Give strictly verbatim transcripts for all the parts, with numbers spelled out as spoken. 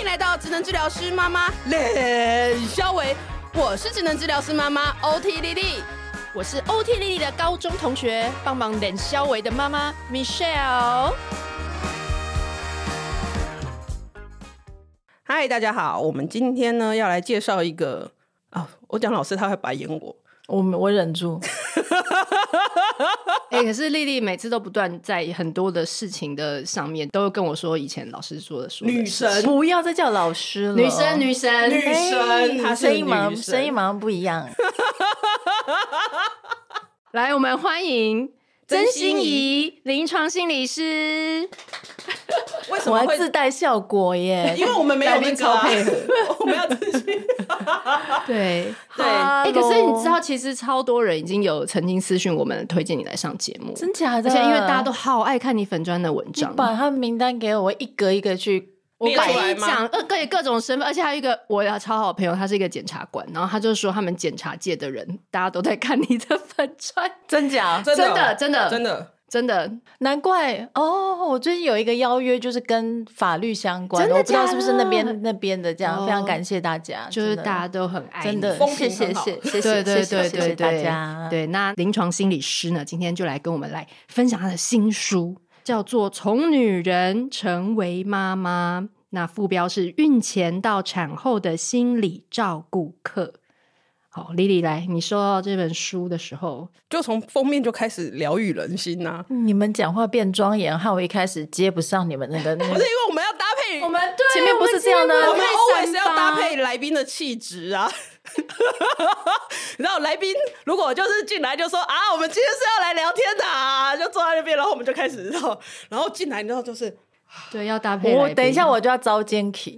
迎来到职能治疗师妈妈冷肖维，我是职能治疗师妈妈 O T 丽丽， 我是 O T 丽丽的高中同学，帮忙冷肖维的妈妈 Michelle。 嗨，大家好，我们今天呢要来介绍一个啊，我讲老师他会白眼我， 我我忍住。 哎、欸，可是丽丽每次都不断在很多的事情的上面都跟我说以前老师说的说的女神， 不要再叫老师了， 女神女神女神，她是女神， 声音马上不一样。 来，我们欢迎曾心怡临床心理师。 为什么会我还自带效果耶？ 因为我们没有那个、啊、 配合， 我们要自信。 对对， 哎、欸，可是你知道，其实超多人已经有曾经私讯我们推荐你来上节目， 真假的？ 而且因为大家都好爱看你粉专的文章， 你把他名单给我，我一个一个去。 我跟你讲，各各种身份，而且还有一个我超好的朋友，他是一个检察官，然后他就说他们检察界的人，大家都在看你的粉专， 真假？ 真的， 真的，真的， 真的。 真的， 难怪哦！我最近有一个邀约，就是跟法律相关的， 我不知道是不是那边那边的这样、哦，非常感谢大家， 就是大家都很爱你， 真的，谢谢谢谢谢谢， 对对对对对， 大家。 对，那临床心理师呢，今天就来跟我们来分享他的新书，叫做《从女人成为妈妈》，那副标是孕前到产后的心理照顾课。好，丽丽来，你收到这本书的时候， 就从封面就开始疗愈人心啊！ 你们讲话变庄严，害我一开始接不上你们那个。那个、 不是因为我们要搭配， 我们对前面不是这样的， 我们 always 要搭配来宾的气质啊！然后来宾如果就是进来就说啊，我们今天是要来聊天的啊，就坐在那边，然后我们就开始，然后然后进来之后就是对要搭配。 我等一下我就要招奸起。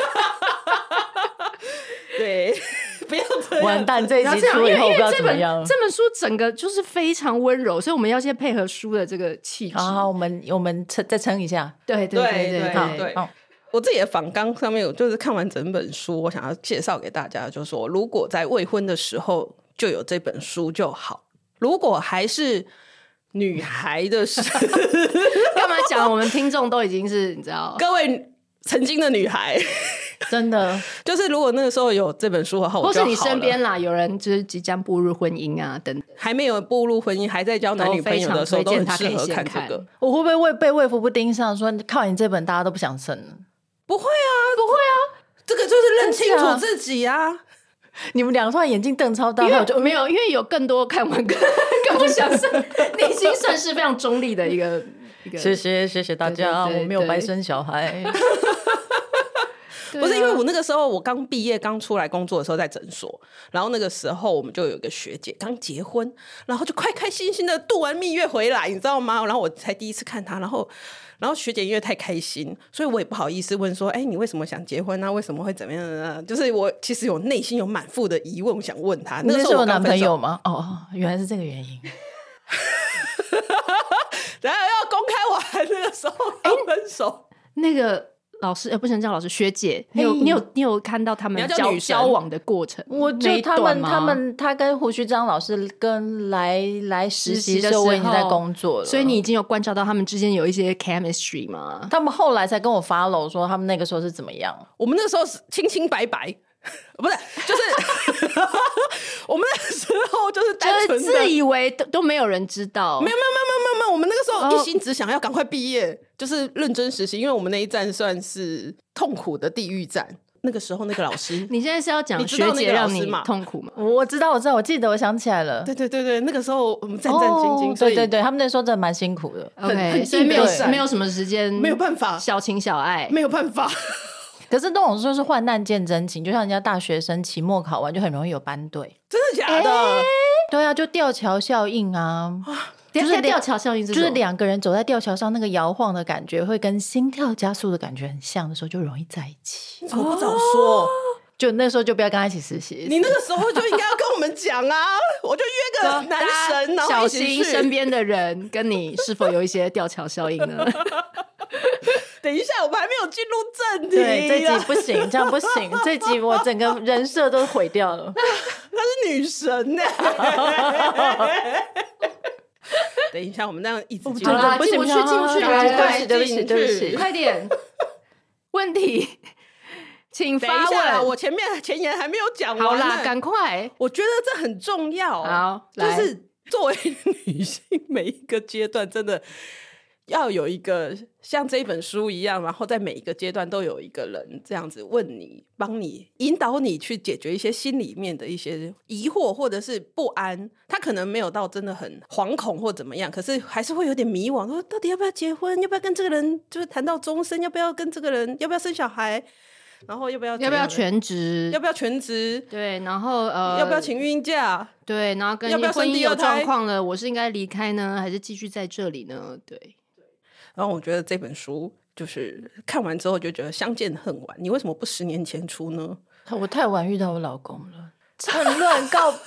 对。不要这样， 完蛋！这一集出以后不知道怎么样了。 这本书整个就是非常温柔，所以我们要先配合书的这个气质。 好, 好，我们我们再撑一下。 对对对对对对, 对, 对。我自己的访纲上面有，就是看完整本书，我想要介绍给大家，就是说，如果在未婚的时候就有这本书就好；如果还是女孩的时候， 干嘛讲？我们听众都已经是你知道， 各位曾经的女孩。 真的， 就是如果那个时候有这本书的话， 或是你身边啦，有人就是即将步入婚姻啊，等还没有步入婚姻，还在交男女朋友的时候，都很适合看这个。 我会不会被卫福部盯上说，靠你这本大家都不想生？ 不会啊， 不会啊， 这个就是认清楚自己啊。 你们两个突然眼睛瞪超大， 因为就没有，因为有更多看完更更不想生，你已经算是非常中立的一个一个。 谢谢谢谢大家，我没有白生小孩。 不是因为我那个时候我刚毕业刚出来工作的时候在诊所，然后那个时候我们就有一个学姐刚结婚，然后就开开心心的度完蜜月回来，你知道吗？然后我才第一次看她，然后然后学姐因为太开心，所以我也不好意思问说，哎，你为什么想结婚啊？为什么会怎么样呢？就是我其实有内心有满腹的疑问，我想问她。 那个时候我男朋友吗？哦，原来是这个原因。 然后要公开完那个时候刚分手， 那个。老师，呃，不能叫老师，学姐，你有你有你有看到他们交交往的过程？ 我就他们他们他跟胡须章老师跟来来实习的时候，我已经在工作了， 所以你已经有观察到他们之间有一些 chemistry 吗？ 他们后来才跟我 follow 说他们那个时候是怎么样。 我们那个时候是清清白白。不是，就是我们那时候就是单纯的就是自以为 都, 都没有人知道， 没有没有没有没有没有，我们那个时候一心只想要赶快毕业， oh. 就是认真实习，因为我们那一站算是痛苦的地狱站。那个时候那个老师， 你现在是要讲学姐让你痛苦吗？ 我知道我知道，我记得，我想起来了。 对对对对，那个时候我们战战兢兢， oh, 对对对，他们那时候真的蛮辛苦的。 OK， 所以没有没有什么时间， 没有办法小情小爱， 没有办法。 可是那种说是患难见真情，就像人家大学生期末考完就很容易有班队。 真的假的？ 欸、对啊，就吊桥效应啊， 就是吊桥效应， 就是两个人走在吊桥上，那个摇晃的感觉会跟心跳加速的感觉很像的时候，就容易在一起。 你怎么不早说？哦、 就那时候就不要跟他一起实习。 你那个时候就应该要跟我们讲啊！我就约个男神，然后小心身边的人跟你是否有一些吊桥效应呢？ 等一下，我们还没有进入正题。 对，这集不行，这样不行。这集我整个人设都毁掉了。 她是女神呢、欸。等一下，我们那样一直进入，好啦，进不去，进不去， 对不起，对不起，对不起， 快点。问题请发等一下啦， 问。 我前面前言还没有讲完。 好啦，赶快。 我觉得这很重要。 好， 就是作为女性，每一个阶段真的要有一个像这一本书一样，然后在每一个阶段都有一个人这样子问你，帮你引导你去解决一些心里面的一些疑惑或者是不安。他可能没有到真的很惶恐或怎么样，可是还是会有点迷惘，说到底要不要结婚，要不要跟这个人就是谈到终身，要不要跟这个人，要不要生小孩，然后要不要要不要全职， 要不要全职， 对，然后呃要不要请孕假， 对，然后跟要不要婚姻有生第二胎状况了，我是应该离开呢，还是继续在这里呢？对。 然后我觉得这本书就是看完之后就觉得相见恨晚，你为什么不十年前出呢？ 我太晚遇到我老公了，趁乱告白。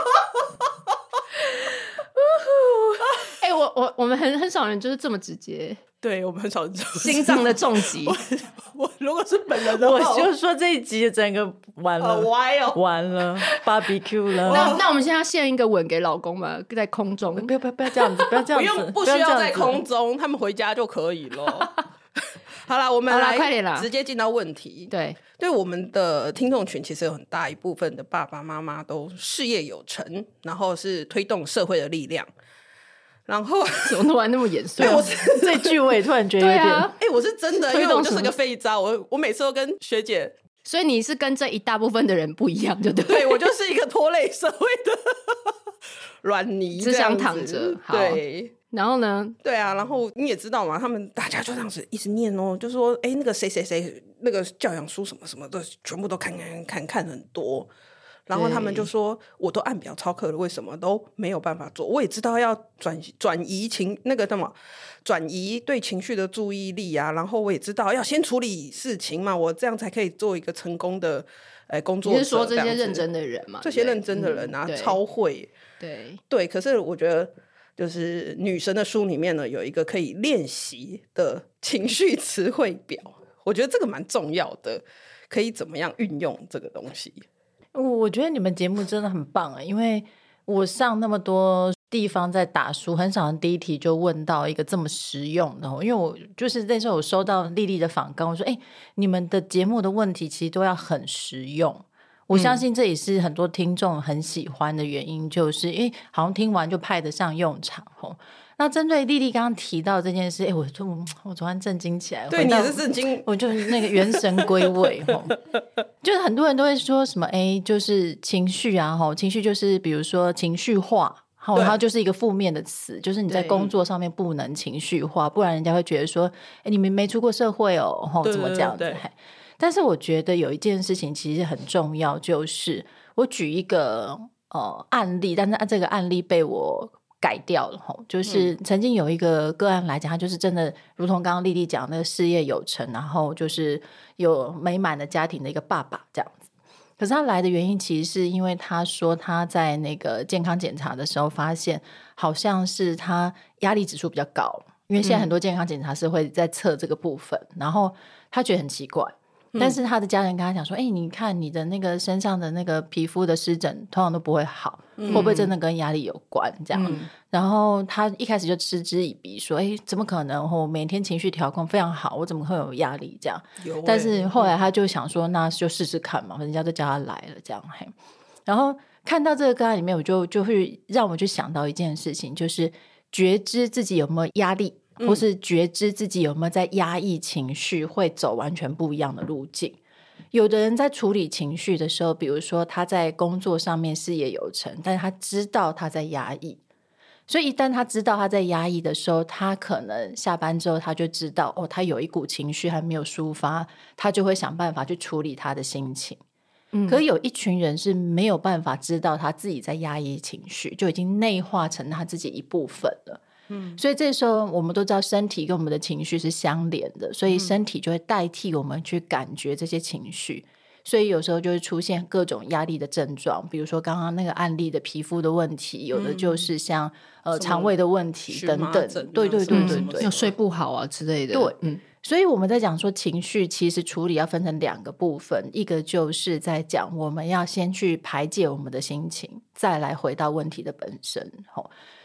哎、欸，我我我们很很少人就是这么直接， 对我们很少人心脏的重击。 我, 我如果是本人的话， 我就说这一集整个完了， 好歪哦， 完了 ，barbecue 了。 那那我们现在要献一个吻给老公吗？在空中， 不要不要不要这样子，不要这样子， 不用不需要在空中，他们回家就可以了。好啦，我们来快点啦， 直接进到问题。 对， 对我们的听众群，其实有很大一部分的爸爸妈妈都事业有成，然后是推动社会的力量。然后怎么突然那么严肃？ 我这句我也突然觉得有点，哎、 啊欸，我是真的，因为我就是个废渣，我我每次都跟学姐， 所以你是跟这一大部分的人不一样，就对。 对，我就是一个拖累社会的软泥， 只想躺着。 对。 然后呢？ 对啊，然后你也知道嘛，他们大家就这样子一直念哦，就说哎，那个谁谁谁那个教养书什么什么的，全部都看看看看很多，然后他们就说我都按表操课了，为什么都没有办法做？我也知道要转转移情那个什么转移对情绪的注意力啊，然后我也知道要先处理事情嘛，我这样才可以做一个成功的呃工作者。 你是说这些认真的人嘛？ 这些认真的人啊，嗯、超会。 对对，可是我觉得。就是女神的书里面呢，有一个可以练习的情绪词汇表，我觉得这个蛮重要的，可以怎么样运用这个东西。 我觉得你们节目真的很棒啊，因为我上那么多地方在打书，很少第一题就问到一个这么实用的。因为我就是那时候我收到丽丽的访纲，我说哎、欸，你们的节目的问题其实都要很实用，我相信这也是很多听众很喜欢的原因，就是因为好像听完就派得上用场。那针对丽丽刚刚提到这件事，哎，我就我昨天震惊起来。 对，你是震惊， 我就那个元神归位。就是很多人都会说什么，哎，就是情绪啊，情绪就是比如说情绪化，然后就是一个负面的词，就是你在工作上面不能情绪化，不然人家会觉得说，哎，你们没出过社会哦，怎么这样子？ 对对对， 但是我觉得有一件事情其实很重要，就是我举一个呃案例，但是这个案例被我改掉了，就是曾经有一个个案来讲，他就是真的如同刚刚丽丽讲的事业有成，然后就是有美满的家庭的一个爸爸这样子。可是他来的原因其实是因为他说他在那个健康检查的时候发现好像是他压力指数比较高，因为现在很多健康检查是会在测这个部分、嗯、然后他觉得很奇怪，但是他的家人跟他讲说，哎、欸，你看你的那个身上的那个皮肤的湿疹通常都不会好、嗯、会不会真的跟压力有关这样、嗯、然后他一开始就嗤之以鼻说，哎、欸，怎么可能，我每天情绪调控非常好，我怎么会有压力这样、欸、但是后来他就想说那就试试看嘛，人家都叫他来了这样。嘿，然后看到这个个案里面，我就就会让我去想到一件事情，就是觉知自己有没有压力，或是觉知自己有没有在压抑情绪，会走完全不一样的路径。有的人在处理情绪的时候，比如说他在工作上面事业有成，但是他知道他在压抑，所以一旦他知道他在压抑的时候，他可能下班之后他就知道哦，他有一股情绪还没有抒发，他就会想办法去处理他的心情。嗯、可是有一群人是没有办法知道他自己在压抑情绪，就已经内化成他自己一部分了。嗯，所以这时候我们都知道身体跟我们的情绪是相连的，所以身体就会代替我们去感觉这些情绪、嗯、所以有时候就会出现各种压力的症状，比如说刚刚那个案例的皮肤的问题，有的就是像、嗯、呃肠胃的问题等等，对对对对对， 有睡不好啊之类的。 对，嗯，所以我们在讲说情绪其实处理要分成两个部分，一个就是在讲我们要先去排解我们的心情，再来回到问题的本身。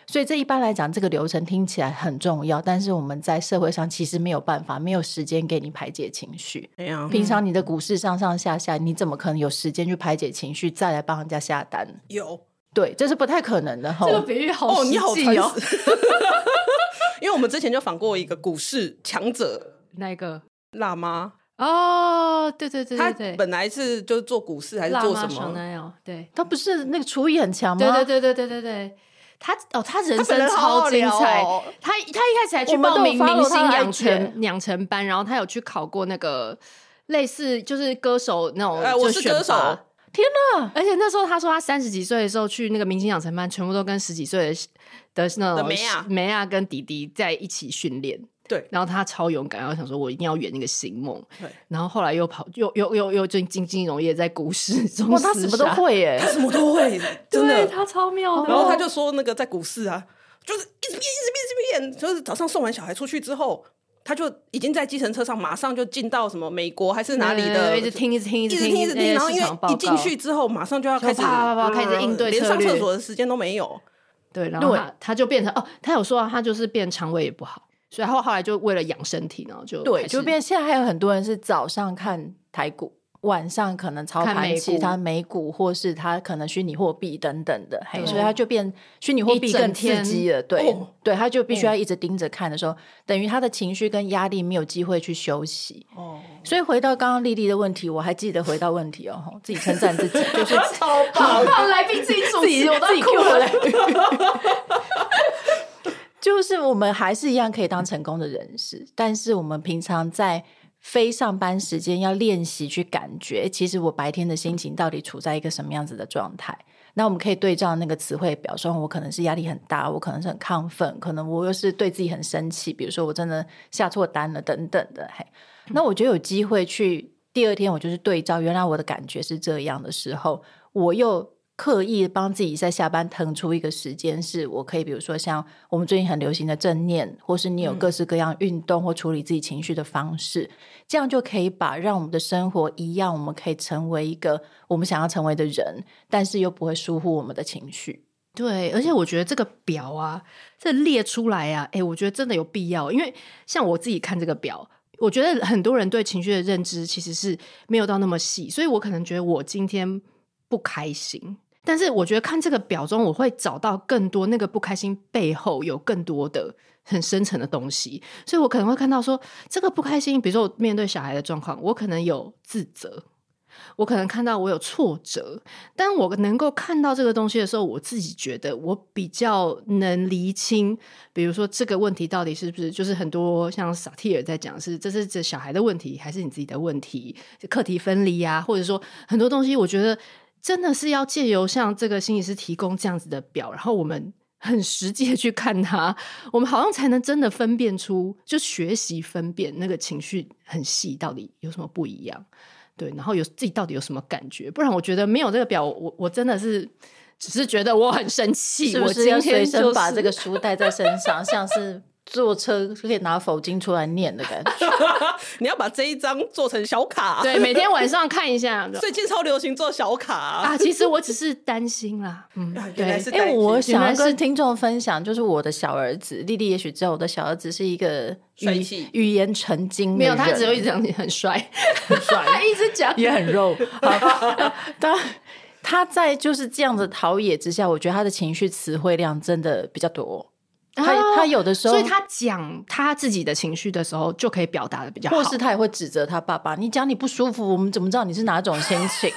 所以这一般来讲这个流程听起来很重要，但是我们在社会上其实没有办法，没有时间给你排解情绪、 啊、 平常你的股市上上下下，你怎么可能有时间去排解情绪再来帮人家下单？ 有， 对，这是不太可能的。 这个比喻好实际哦， 你好诚实因为我们之前就访过一个股市强者， 哪一个辣妈哦，对对对对对， 他本来是就是做股市还是做什么？ 对， 他不是那个厨艺很强吗？ 对对对对对对对，他哦，他人生超精彩。 他、哦、 他他一开始还去报名明星养成养成班，然后他有去考过那个类似就是歌手那种， 呃，我是歌手。 天哪！ 而且那时候他说他三十几岁的时候去那个明星养成班，全部都跟十几岁的的那种梅亚梅亚跟弟弟在一起训练。 对， 然后他超勇敢，然后想说我一定要圆那个星梦。 对， 然后后来又跑又又又又进金金融业，在股市中， 哇，他什么都会耶， 他什么都会，真的， 他超妙的。 然后他就说那个在股市啊，就是一直变一直变一直变，就是早上送完小孩出去之后，他就已经在计程车上，马上就进到什么美国还是哪里的， 一直听一直听一直听一直听，然后因为一进去之后，马上就要开始啪啪啪开始应对策略， 连上厕所的时间都没有。 对，然后 他, 他就变成哦，他有说他就是变肠胃也不好。所以他后来就为了养身体，然后就对，就变现在还有很多人是早上看台股，晚上可能操盘其他美股，或是他可能虚拟货币等等的，嘿，所以他就变虚拟货币更刺激了，对、哦、对，他就必须要一直盯着看的时候、哦、等于他的情绪跟压力没有机会去休息。哦，所以回到刚刚丽丽的问题，我还记得回到问题哦，自己称赞自己，就是超棒，让来宾自己主持，我都哭了。 就是我们还是一样可以当成功的人士，但是我们平常在非上班时间要练习去感觉，其实我白天的心情到底处在一个什么样子的状态。那我们可以对照那个词汇表，说我可能是压力很大，我可能是很亢奋，可能我又是对自己很生气，比如说我真的下错单了等等的。嘿，那我就有机会去第二天我就是对照原来我的感觉是这样的时候，我又刻意帮自己在下班腾出一个时间，是我可以比如说像我们最近很流行的正念，或是你有各式各样运动或处理自己情绪的方式、嗯、这样就可以把让我们的生活一样，我们可以成为一个我们想要成为的人，但是又不会疏忽我们的情绪。 对，而且我觉得这个表啊，这列出来啊，诶，我觉得真的有必要，因为像我自己看这个表，我觉得很多人对情绪的认知其实是没有到那么细，所以我可能觉得我今天不开心，但是我觉得看这个表中我会找到更多那个不开心背后有更多的很深层的东西，所以我可能会看到说这个不开心，比如说我面对小孩的状况，我可能有自责，我可能看到我有挫折，但我能够看到这个东西的时候，我自己觉得我比较能厘清，比如说这个问题到底是不是就是很多像萨提尔在讲是这是这小孩的问题还是你自己的问题，课题分离啊，或者说很多东西我觉得真的是要借由像这个心理师提供这样子的表，然后我们很实际的去看它，我们好像才能真的分辨出，就学习分辨那个情绪很细到底有什么不一样。对，然后有自己到底有什么感觉，不然我觉得没有这个表，我我真的是只是觉得我很生气， 是不是要随身把这个书带在身上，像是坐车可以拿佛经出来念的感觉。 你要把这一张做成小卡， 对，每天晚上看一下。 最近超流行做小卡 啊, 啊其实我只是担心啦。嗯， 原来是因为我想要跟听众分享，就是我的小儿子丽丽也许知道我的小儿子是一个语, 语言成精的人， 没有，他只有一直讲很帅很帅他一直讲也很肉他, 他在就是这样的陶冶之下，我觉得他的情绪词汇量真的比较多。他, 他有的时候， 所以他讲他自己的情绪的时候就可以表达的比较好， 或是他也会指责他爸爸，你讲你不舒服，我们怎么知道你是哪种心情？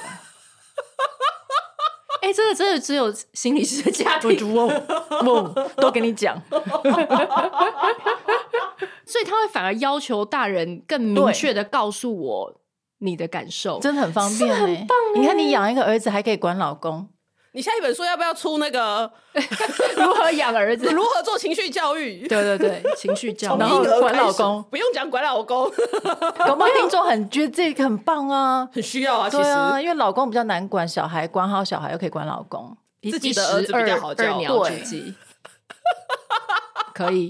哎、欸，这个真的只有心理师的家庭都跟你讲所以他会反而要求大人更明确的告诉我你的感受， 真的很方便、欸、 很棒、欸、 你看你养一个儿子还可以管老公， 你下一本书要不要出那个如何养儿子如何做情绪教育？ 对对对，情绪教育然后管老公， 不用讲管老公搞不好听众很觉得这个很棒啊， 很需要啊。其实对啊，因为老公比较难管，小孩管好小孩又可以管老公， 自己的儿子比较好教， 二鸟之计可以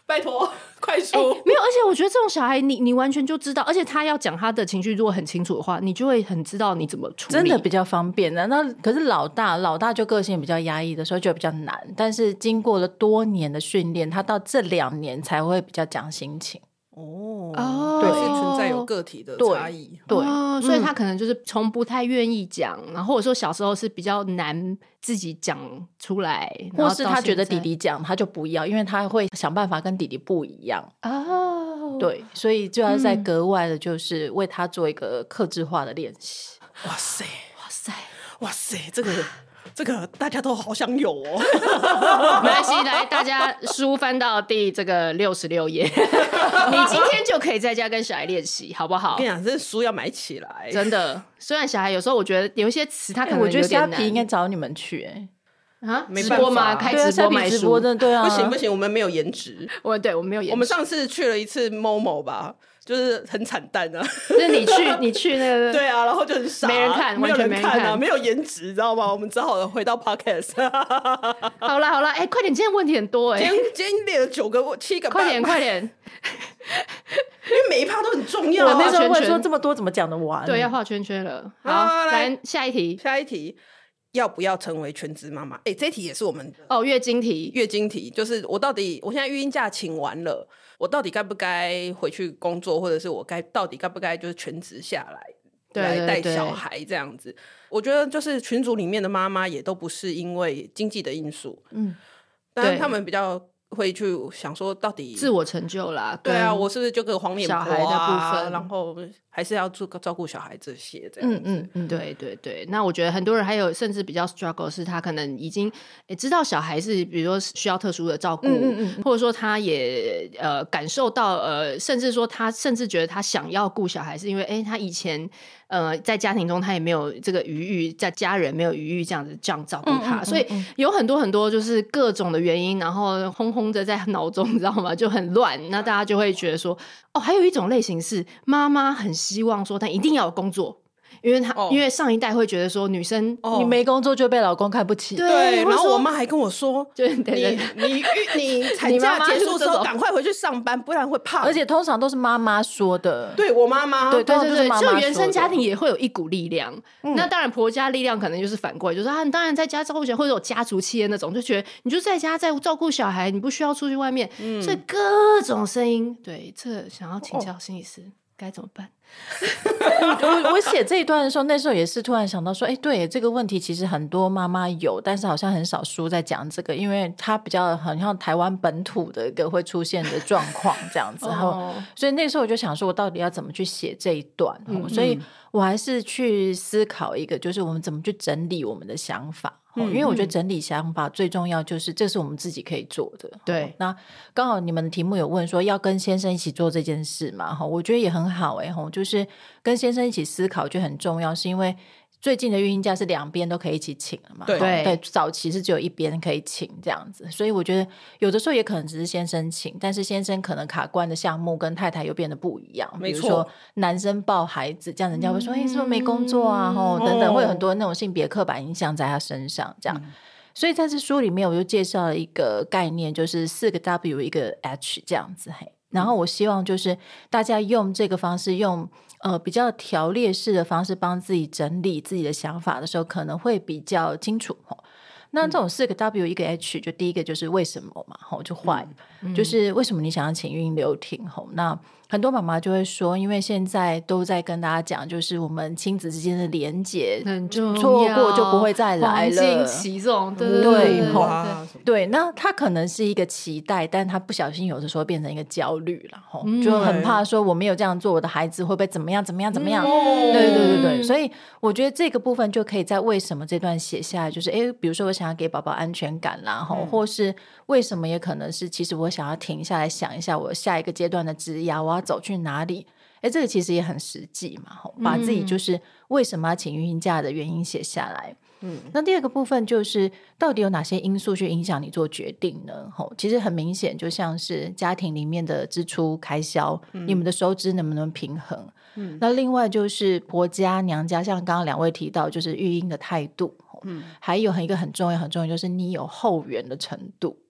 拜托快说、 欸、没有，而且我觉得这种小孩你你完全就知道，而且他要讲他的情绪如果很清楚的话，你就会很知道你怎么处理， 真的比较方便的。那可是老大老大就个性比较压抑的时候就比较难，但是经过了多年的训练，他到这两年才会比较讲心情。 哦哦， 对，是存在有个体的差异， 对，对哦，所以他可能就是从不太愿意讲，然后或者说小时候是比较难自己讲出来， 或是他觉得弟弟讲他就不要，因为他会想办法跟弟弟不一样。 哦， 对，所以就要在格外的就是为他做一个客制化的练习。 哇塞哇塞哇塞，这个这个大家都好想有哦。 没关系，来大家书翻到第这个六十六页，你今天就可以在家跟小孩练习，好不好？ 我跟你讲，这书要买起来， 真的。虽然小孩有时候我觉得有一些词他可能有点难、欸、我觉得虾皮应该该找你们去哎、 欸。啊， 没办法直播吗？开直播卖书的，对啊， 不行不行，我们没有颜值。 我对我们没有颜值。 我们上次去了一次 Momo 吧，就是很惨淡啊。 就是你去你去那个对啊，然后就很傻， 没人看， 没有人看啊，没有颜值，知道吗？我们只好回到 Podcast。 好啦好啦，哎、欸，快点，今天问题很多哎、欸， 今天今天列了九个七个， 快点快点， 因为每一趴都很重要、啊。 我那时候会说这么多怎么讲得完？ 对，要画圈圈了。好， 好来下一题， 下一题。要不要成为全职妈妈？哎、欸，这一题也是我们的哦，月经题， 月经题就是我到底，我现在育婴假请完了，我到底该不该回去工作，或者是我该到底该不该就是全职下来， 对对对来带小孩这样子？我觉得就是群组里面的妈妈也都不是因为经济的因素，嗯，但他们比较会去想说，到底自我成就啦， 对啊，我是不是就个黄脸婆、啊、 小孩的部分， 然后还是要照照顾小孩这些这样子。 嗯嗯嗯，对对对。那我觉得很多人还有甚至比较 struggle 是他可能已经诶知道小孩是比如说需要特殊的照顾，嗯嗯嗯，或者说他也呃感受到呃，甚至说他甚至觉得他想要顾小孩，是因为哎他以前呃在家庭中他也没有这个余裕，在家人没有余裕这样子这样照顾他，嗯嗯嗯嗯，所以有很多很多就是各种的原因，然后轰轰的在脑中，你知道吗？就很乱。那大家就会觉得说，哦，还有一种类型是妈妈很希望说，她一定要有工作。因为他、哦、因为上一代会觉得说女生、 哦、你没工作就被老公看不起， 对，对，然后我妈还跟我说， 对对对， 你你你产假结束之后赶快回去上班，不然会胖。 而且通常都是妈妈说的， 对我妈妈， 对对对对， 妈妈就原生家庭也会有一股力量。嗯、那当然婆家力量可能就是反过来，就是啊，你当然在家照顾小孩，或者有家族企业那种，就觉得你就在家在照顾小孩，你不需要出去外面。嗯、所以各种声音，对，这想要请教心理师。哦该怎么办？ 我我写这一段的时候，那时候也是突然想到说，哎、欸，对这个问题，其实很多妈妈有，但是好像很少书在讲这个，因为它比较很像台湾本土的一个会出现的状况这样子。然后，哦、所以那时候我就想说，我到底要怎么去写这一段？嗯、所以我还是去思考一个，就是我们怎么去整理我们的想法。嗯、因为我觉得整理想法最重要就是这是我们自己可以做的。 对， 那刚好你们的题目有问说要跟先生一起做这件事嘛，我觉得也很好哎、欸，就是跟先生一起思考就很重要，是因为最近的育婴假是两边都可以一起请了嘛？ 对对，早期是只有一边可以请这样子，所以我觉得有的时候也可能只是先生请，但是先生可能卡关的项目跟太太又变得不一样。 没错， 比如说男生抱孩子，这样人家会说：“哎、嗯，欸、是不是没工作啊？”哦，等等，会有很多那种性别刻板印象在他身上，这样。嗯、所以在这书里面，我就介绍了一个概念，就是四个 W 一个 H 这样子。嘿，然后我希望就是大家用这个方式用。呃，比较条列式的方式帮自己整理自己的想法的时候，可能会比较清楚。那这种四个 W 一个 H， 就第一个就是为什么嘛，就 why，、嗯、就是为什么你想要请育婴留停。那很多妈妈就会说，因为现在都在跟大家讲，就是我们亲子之间的连结错过就不会再来了， 黄金期这种，对对对, 对, 对, 对, 对。那它可能是一个期待，但它不小心有的时候变成一个焦虑了，嗯、就很怕说我没有这样做，我的孩子会不会怎么样怎么样怎么样？嗯、对对对对。所以我觉得这个部分就可以在为什么这段写下来，就是哎，比如说我想要给宝宝安全感啦，嗯、或是为什么也可能是其实我想要停下来想一下我下一个阶段的职涯，我要走去哪里。哎，这个其实也很实际嘛，把自己就是为什么要请育婴假的原因写下来。嗯，那第二个部分就是到底有哪些因素去影响你做决定呢？其实很明显，就像是家庭里面的支出开销，嗯、你们的收支能不能平衡？嗯，那另外就是婆家娘家，像刚刚两位提到，就是育婴的态度。嗯，还有一个很重要很重要，就是你有后援的程度。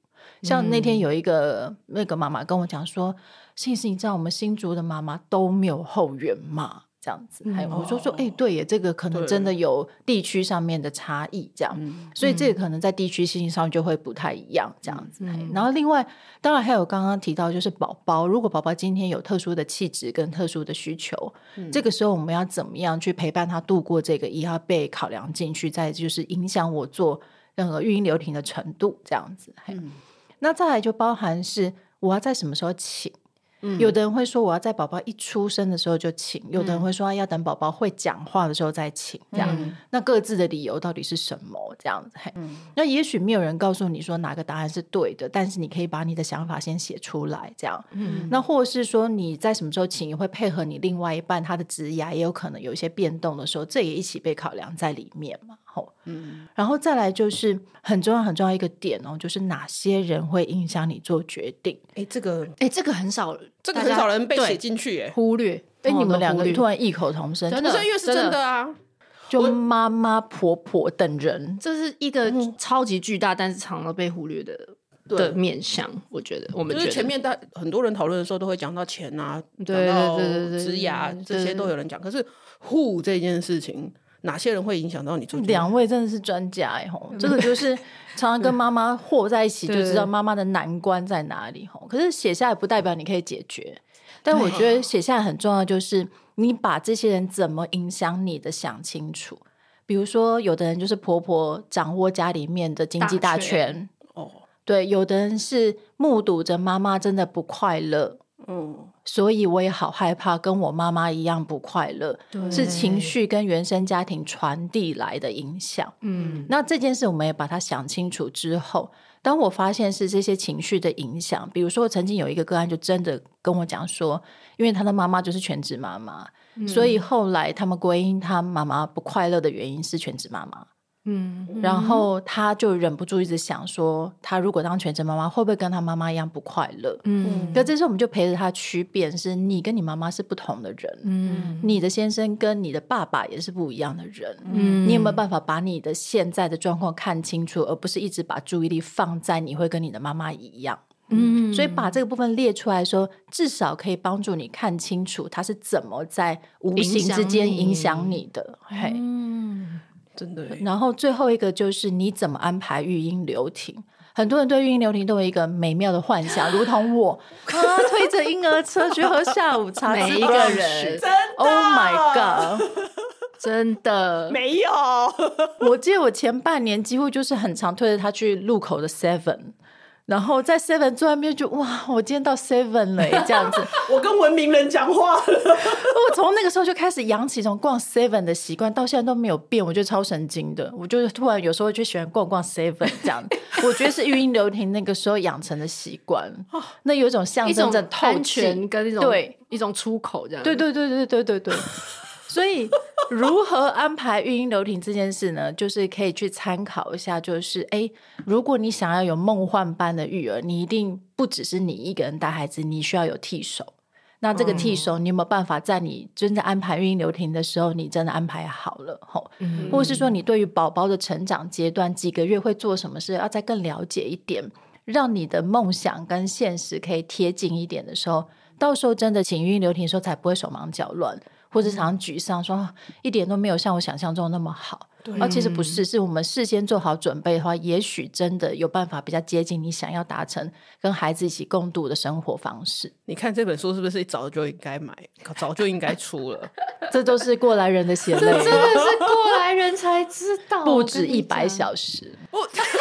像那天有一个那个妈妈跟我讲说，心理师你知道我们新竹的妈妈都没有后援吗？这样子，还有我就说，哎、欸，对耶，这个可能真的有地区上面的差异，这样，所以这个可能在地区性上就会不太一样，这样子。嗯、然后另外，当然还有刚刚提到，就是宝宝，如果宝宝今天有特殊的气质跟特殊的需求，嗯、这个时候我们要怎么样去陪伴他度过这个，也要被考量进去，再就是影响我做任何育婴留停的程度，这样子。嗯、那再来就包含是我要在什么时候请。嗯、有的人会说我要在宝宝一出生的时候就请，有的人会说要等宝宝会讲话的时候再请，这样、嗯、那各自的理由到底是什么这样子、嗯、那也许没有人告诉你说哪个答案是对的，但是你可以把你的想法先写出来这样、嗯、那或者是说你在什么时候请也会配合你另外一半他的职涯也有可能有一些变动的时候，这也一起被考量在里面嘛。嗯、然后再来就是很重要很重要一个点哦，就是哪些人会影响你做决定。 哎，这个哎，这个很少， 这个很少人被写进去，哎， 忽略。 哎，你们两个突然异口同声， 真的，因为是真的啊。 就妈妈、婆婆等人， 这是一个超级巨大，但是常常被忽略的。的面向，我觉得我们就是前面大很多人讨论的时候都会讲到钱啊，讲到职涯这些都有人讲，可是 who 这件事情。哪些人会影响到你做决定？ 两位真的是专家哎吼，这个就是常常跟妈妈和在一起，就知道妈妈的难关在哪里吼。可是写下来不代表你可以解决，但我觉得写下来很重要，就是你把这些人怎么影响你的想清楚。比如说，有的人就是婆婆掌握家里面的经济大权哦，对，有的人是目睹着妈妈真的不快乐。嗯，所以我也好害怕跟我妈妈一样不快乐，是情绪跟原生家庭传递来的影响。嗯，那这件事我们也把它想清楚之后，当我发现是这些情绪的影响，比如说曾经有一个个案就真的跟我讲说，因为他的妈妈就是全职妈妈、嗯、所以后来他们归因他妈妈不快乐的原因是全职妈妈。嗯，然后他就忍不住一直想说，他如果当全职妈妈会不会跟他妈妈一样不快乐。嗯，可这时候我们就陪着他区辨，是你跟你妈妈是不同的人。嗯，你的先生跟你的爸爸也是不一样的人。嗯，你有没有办法把你的现在的状况看清楚，而不是一直把注意力放在你会跟你的妈妈一样。嗯，所以把这个部分列出来说，至少可以帮助你看清楚他是怎么在无形之间影响你的。嘿，嗯， 真的。 然后最后一个就是你怎么安排育婴留停。很多人对育婴留停都有一个美妙的幻想，如同我啊，推着婴儿车去喝下午茶， 每一个人真的 Oh my god， 真的没有。 我记得我前半年几乎就是很常推着他去路口的 Seven，然后在 Seven 坐在那边就哇，我今天到 Seven 了这样子。 我跟文明人讲话了。 我从那个时候就开始养起一种逛 Seven 的习惯，到现在都没有变，我觉得超神经的。我就突然有时候就喜欢逛逛 Seven 这样。我觉得是育婴留停那个时候养成的习惯，那有一种象征着透安全跟一种对一种出口这样。 对对对对对对对。所以如何安排育婴留停这件事呢，就是可以去参考一下，就是哎，如果你想要有梦幻般的育儿，你一定不只是你一个人带孩子，你需要有替手。那这个替手你有没有办法在你真的安排育婴留停的时候你真的安排好了、嗯、或者是说你对于宝宝的成长阶段几个月会做什么事要再更了解一点，让你的梦想跟现实可以贴近一点的时候，到时候真的请育婴留停的时候才不会手忙脚乱，或者常常沮丧说、啊、一点都没有像我想象中那么好。而其实不是，是我们事先做好准备的话，也许真的有办法比较接近你想要达成跟孩子一起共度的生活方式。 你看这本书是不是早就应该买，早就应该出了？ 这都是过来人的血泪， 这真的是过来人才知道， 不止一百小时。 等一下，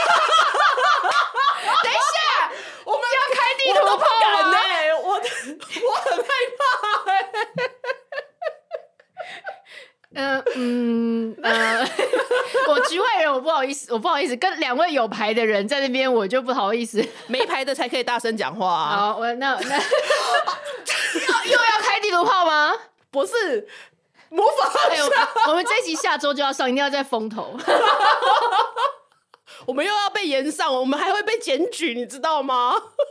我们要开地图炮了、欸、我我很害怕、欸呃嗯呃，我局外人，我不好意思，我不好意思，跟两位有牌的人在那边，我就不好意思。 没牌的才可以大声讲话啊！ 好，我那那又又要开地图炮吗？ 不是，模仿一下、 哎、我, 我们这一集下周就要上，一定要在风头。 我们又要被延上，我们还会被检举，你知道吗？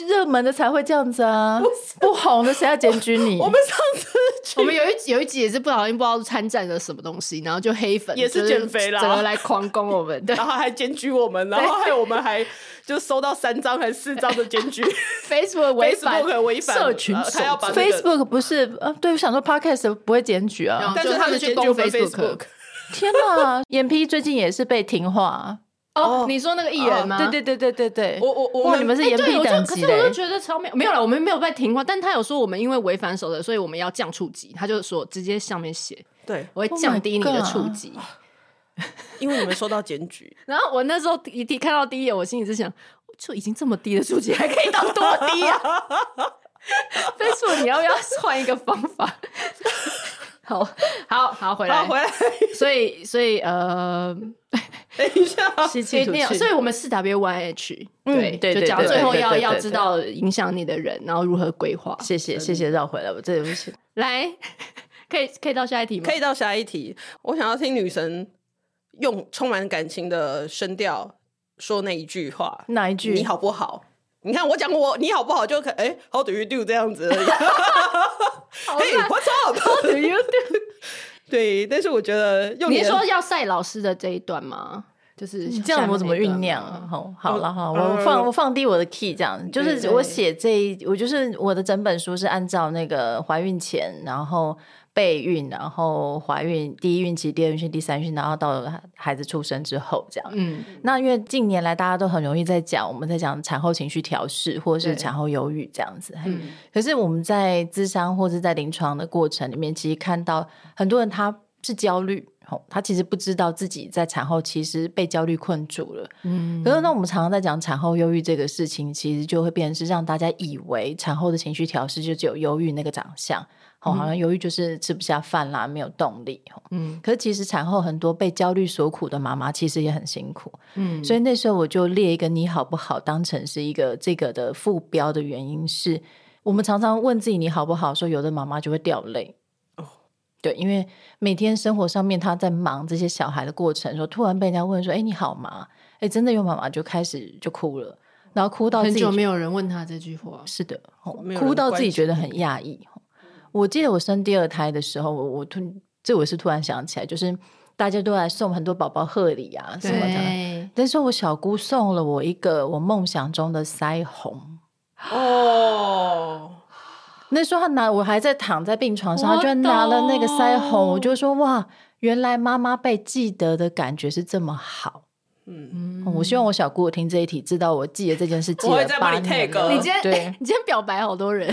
热门的才会这样子啊，不红的谁要检举你？ 我们上次去我们有一有一集也是不小心不知道参战了什么东西，然后就黑粉也是减肥啦， 整个来狂攻我们，对， 然后还检举我们，然后还有我们还就收到三张还是四张的检举 Facebook 违反 ，Facebook 违反社群他要把、那个、Facebook 不是呃，对我想说 Podcast 不会检举啊， 但是他们去攻 Facebook, Facebook。 天哪，眼皮最近也是被停话。 哦，你说那个艺人吗？ 对对对对对对， 我我我哇，你们是延毕等级的、欸欸，可是我就觉得超没有了，我们没有被停话，但他有说我们因为违反守则，所以我们要降触及，他就说直接上面写， 对， 我会降低你的触及， oh、因为你们收到检举。 然后我那时候一提看到第一眼，我心里是想，就已经这么低的触及，还可以到多低啊？Facebook 你要不要换一个方法？好好好，回来好回来， 所以所以呃。 等一下， 吸气吐气， 所以我们 四 W 一 H， 嗯， 对对， 就讲最后要要知道影响你的人，然后如何规划。 谢谢谢谢，绕回来，我这对不起。 来，可以可以到下一题吗？ 可以到下一题。我想要听女神用充满感情的声调说那一句话， 哪一句？ 你好不好？你看我讲我你好不好就可哎、欸、，How do you do 这样子而已。Hey, what's up? How do you do? 对，但是我觉得用你, 你是说要晒老师的这一段吗？就是这样我怎么酝酿？好，好了哈，我放我放低我的 key， 这样就是我写这一，我就是我的整本书是按照那个怀孕前，然后备孕，然后怀孕第一孕期、第二孕期、第三孕期，然后到孩子出生之后这样。嗯，那因为近年来大家都很容易在讲，我们在讲产后情绪调适或者是产后忧郁这样子。嗯，可是我们在咨商或者在临床的过程里面，其实看到很多人他是焦虑。他其实不知道自己在产后其实被焦虑困住了。嗯，可是那我们常常在讲产后忧郁这个事情，其实就会变成是让大家以为产后的情绪调适就只有忧郁那个长相。哦，好像忧郁就是吃不下饭啦，没有动力。嗯，可是其实产后很多被焦虑所苦的妈妈其实也很辛苦。嗯，所以那时候我就列一个你好不好当成是一个这个的副标的原因是，我们常常问自己你好不好，说有的妈妈就会掉泪。对，因为每天生活上面他在忙这些小孩的过程的时候，突然被人家问说哎你好吗？哎，真的有妈妈就开始就哭了，然后哭到自己很久没有人问他这句话。 是的，哭到自己觉得很压抑。我记得我生第二胎的时候，我我突这我是突然想起来，就是大家都来送很多宝宝贺礼啊什么的，但是我小姑送了我一个我梦想中的腮红。 哦， 那时候他拿，我还在躺在病床上，他就拿了那个腮红，我就说哇，原来妈妈被记得的感觉是这么好。嗯，我希望我小姑听这一题，知道我记得这件事记了八年了。 你今天对， 你今天表白好多人，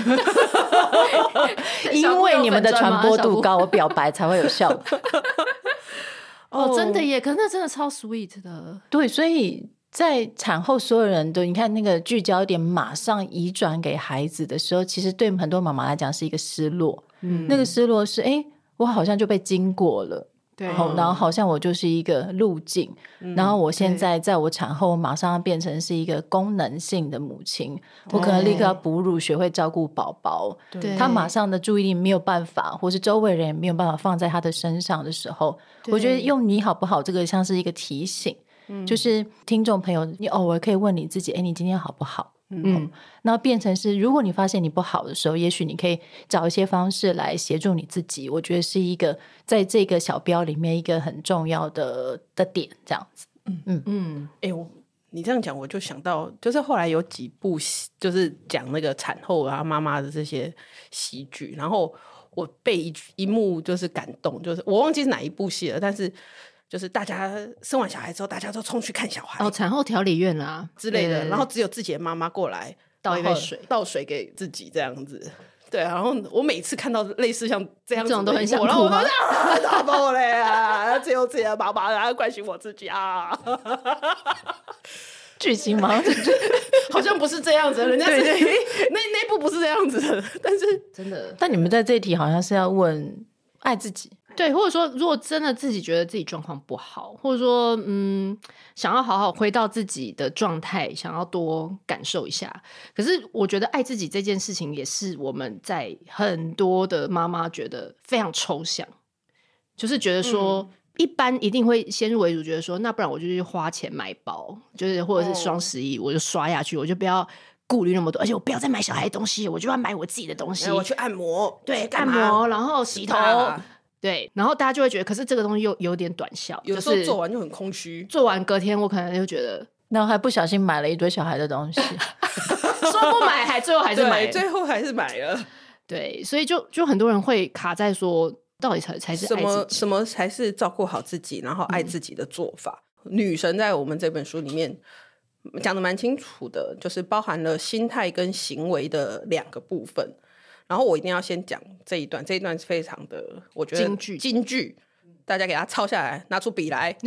因为你们的传播度高，我表白才会有效果。 哦，真的耶！可是那真的超 sweet 的。 对，所以在产后所有人都你看那个聚焦点马上移转给孩子的时候，其实对很多妈妈来讲是一个失落。嗯，那个失落是哎，我好像就被经过了。对，然后好像我就是一个路径、嗯、然后我现在在我产后马上要变成是一个功能性的母亲，我可能立刻要哺乳，学会照顾宝宝，他马上的注意力没有办法，或是周围人没有办法放在他的身上的时候，我觉得用你好不好这个像是一个提醒、嗯、就是听众朋友你偶尔可以问你自己，哎，你今天好不好？嗯，然后变成是如果你发现你不好的时候，也许你可以找一些方式来协助你自己，我觉得是一个在这个小标里面一个很重要的的点这样子。嗯嗯嗯， 哎、欸，我你这样讲我就想到就是后来有几部就是讲那个产后啊妈妈的这些喜剧，然后我被一一幕就是感动，就是我忘记是哪一部戏了，但是就是大家生完小孩之后大家都冲去看小孩哦，产后调理院啦之类的，对对对，然后只有自己的妈妈过来倒一杯水， 倒水给自己这样子。对，然后我每次看到类似像这样子的， 这种都很想哭， 然后我都啊，打爆了呀！只有自己的妈妈，然后关心我自己啊。 剧情吗？ 好像不是这样子，人家是对对那那部不是这样子的，但是真的。 但你们在这一题好像是要问爱自己。 对，或者说如果真的自己觉得自己状况不好，或者说嗯想要好好回到自己的状态，想要多感受一下，可是我觉得爱自己这件事情也是我们在很多的妈妈觉得非常抽象，就是觉得说、嗯、一般一定会先入为主觉得说那不然我就去花钱买包，就是或者是双十一、哦、我就刷下去，我就不要顾虑那么多，而且我不要再买小孩的东西，我就要买我自己的东西。 我去按摩， 对，按摩，然后洗头，对，然后大家就会觉得，可是这个东西又有点短效， 有时候做完就很空虚， 做完隔天我可能就觉得， 然后还不小心买了一堆小孩的东西， 说不买还最后还是买了， 最后还是买了。 对，所以就就很多人会卡在说，到底才才是爱自己， 什么什么才是照顾好自己，然后爱自己的做法。嗯、女神在我们这本书里面讲的蛮清楚的，就是包含了心态跟行为的两个部分。然后我一定要先讲这一段，这一段是非常的，我觉得金句， 金句，大家给它抄下来，拿出笔来。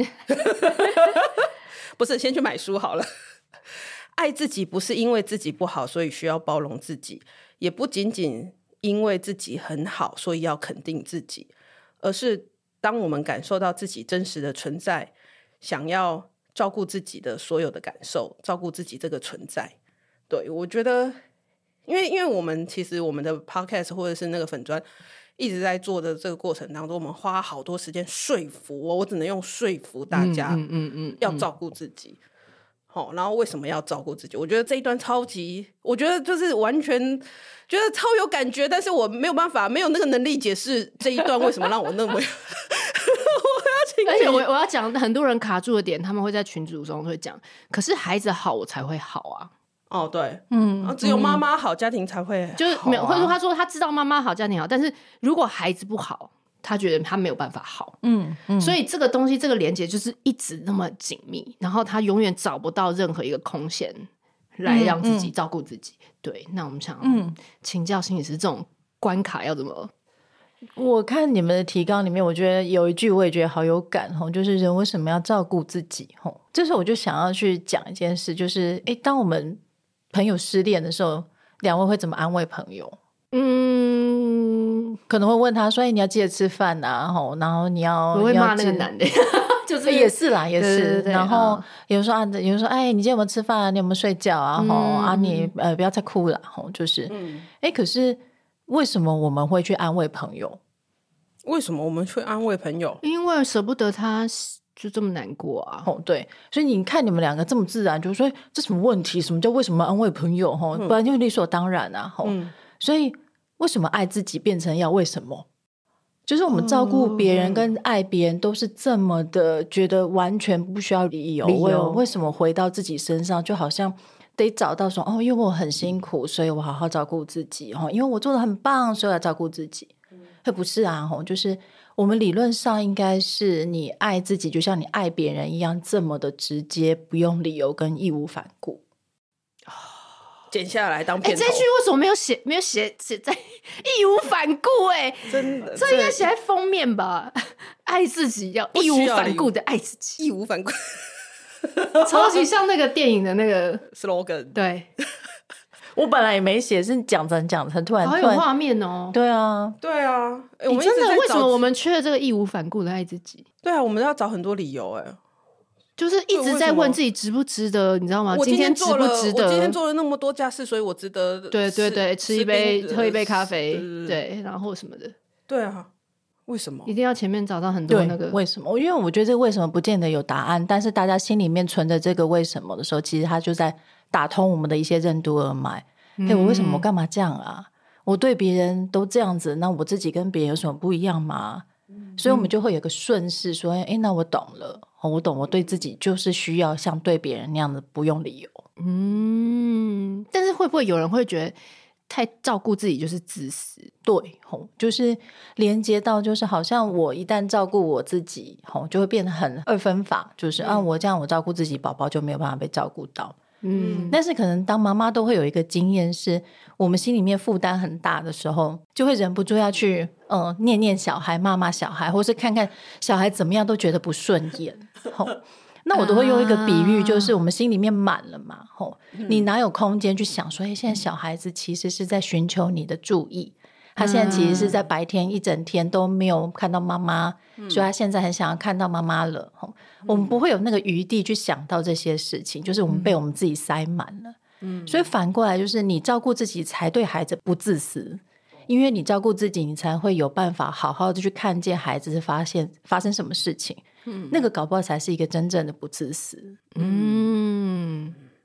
不是，先去买书好了。爱自己不是因为自己不好，所以需要包容自己，也不仅仅因为自己很好，所以要肯定自己，而是当我们感受到自己真实的存在，想要照顾自己的所有的感受，照顾自己这个存在。对，我觉得因为因为我们其实我们的 podcast 或者是那个粉专一直在做的这个过程当中，我们花好多时间说服我，我只能用说服大家嗯嗯嗯要照顾自己。好，然后为什么要照顾自己？我觉得这一段超级，我觉得就是完全觉得超有感觉，但是我没有办法，没有那个能力解释这一段为什么让我那么我要请而且我我要讲很多人卡住的点，他们会在群组中会讲，可是孩子好我才会好啊。 哦，对， 嗯， 只有妈妈好，家庭才会好啊， 就是没有，或者说他说他知道妈妈好，家庭好，但是如果孩子不好，他觉得他没有办法好。 嗯嗯， 所以这个东西，这个连接就是一直那么紧密，然后他永远找不到任何一个空闲来让自己照顾自己。嗯嗯、对，那我们想嗯请教心理师，这种关卡要怎么？ 我看你们的提纲里面，我觉得有一句我也觉得好有感吼，就是人为什么要照顾自己吼？这时候我就想要去讲一件事，就是诶，当我们朋友失恋的时候，两位会怎么安慰朋友？嗯，可能会问他说：“哎，你要记得吃饭啊，吼，然后你要…… 我会骂那个男的，就是也是啦，也是。 对对对然后有人说啊，有人说，哎，你今天有没有吃饭啊？你有没有睡觉啊？吼、嗯、啊，你呃不要再哭了，吼，就是，哎、嗯，可是为什么我们会去安慰朋友？ 为什么我们会安慰朋友？ 因为舍不得他。”就这么难过啊！ 哦，对，所以你看你们两个这么自然，就说这什么问题？什么叫为什么安慰朋友？哈、嗯，不然就理所当然啊！哈、嗯，所以为什么爱自己变成要为什么？就是我们照顾别人跟爱别人都是这么的，觉得完全不需要理由。理由为什么回到自己身上，就好像得找到说哦，因为我很辛苦，所以我好好照顾自己。哈，因为我做得很棒，所以要照顾自己。这不是啊，哈，就是我们理论上应该是你爱自己，就像你爱别人一样，这么的直接，不用理由跟义无反顾。 剪下来当片头。 欸、这句为什么没有写？没有写写在义无反顾、欸？哎， 真的， 这应该写在封面吧？爱自己要义无反顾的爱自己， 义无反顾， 超级像那个电影的那个 slogan。 对。 我本来也没写，是讲成讲成突然好有画面哦。 对啊， 对啊， 欸、我们真的为什么我们缺了这个义无反顾的爱自己？ 对啊，我们要找很多理由哎、欸， 就是一直在问自己值不值得，你知道吗？ 我今天值不值得？ 我今天做了那么多家事，所以我值得。 对对对，吃一杯喝一杯咖啡，对, 对，然后什么的。 对啊，为什么一定要前面找到很多那个为什么？因为我觉得这个为什么不见得有答案，但是大家心里面存着这个为什么的时候，其实他就在打通我们的一些任督二脉。哎、欸，我为什么我干嘛这样啊？我对别人都这样子，那我自己跟别人有什么不一样吗？嗯、所以我们就会有个顺势说，哎、欸，那我懂了，我懂，我对自己就是需要像对别人那样的，不用理由。 嗯，但是会不会有人会觉得太照顾自己就是自私？ 对，就是连接到就是好像我一旦照顾我自己，就会变得很二分法，就是、嗯、啊，我这样我照顾自己，宝宝就没有办法被照顾到。嗯，但是可能当妈妈都会有一个经验是，我们心里面负担很大的时候，就会忍不住要去呃念念小孩，骂骂小孩，或是看看小孩怎么样都觉得不顺眼。那我都会用一个比喻，就是我们心里面满了嘛，吼、嗯，你哪有空间去想说，哎，现在小孩子其实是在寻求你的注意。他现在其实是在白天一整天都没有看到妈妈、嗯、所以他现在很想要看到妈妈了、嗯、我们不会有那个余地去想到这些事情，就是我们被我们自己塞满了、嗯、所以反过来就是你照顾自己才对孩子不自私，因为你照顾自己你才会有办法好好的去看见孩子发现发生什么事情、嗯、那个搞不好才是一个真正的不自私。 嗯，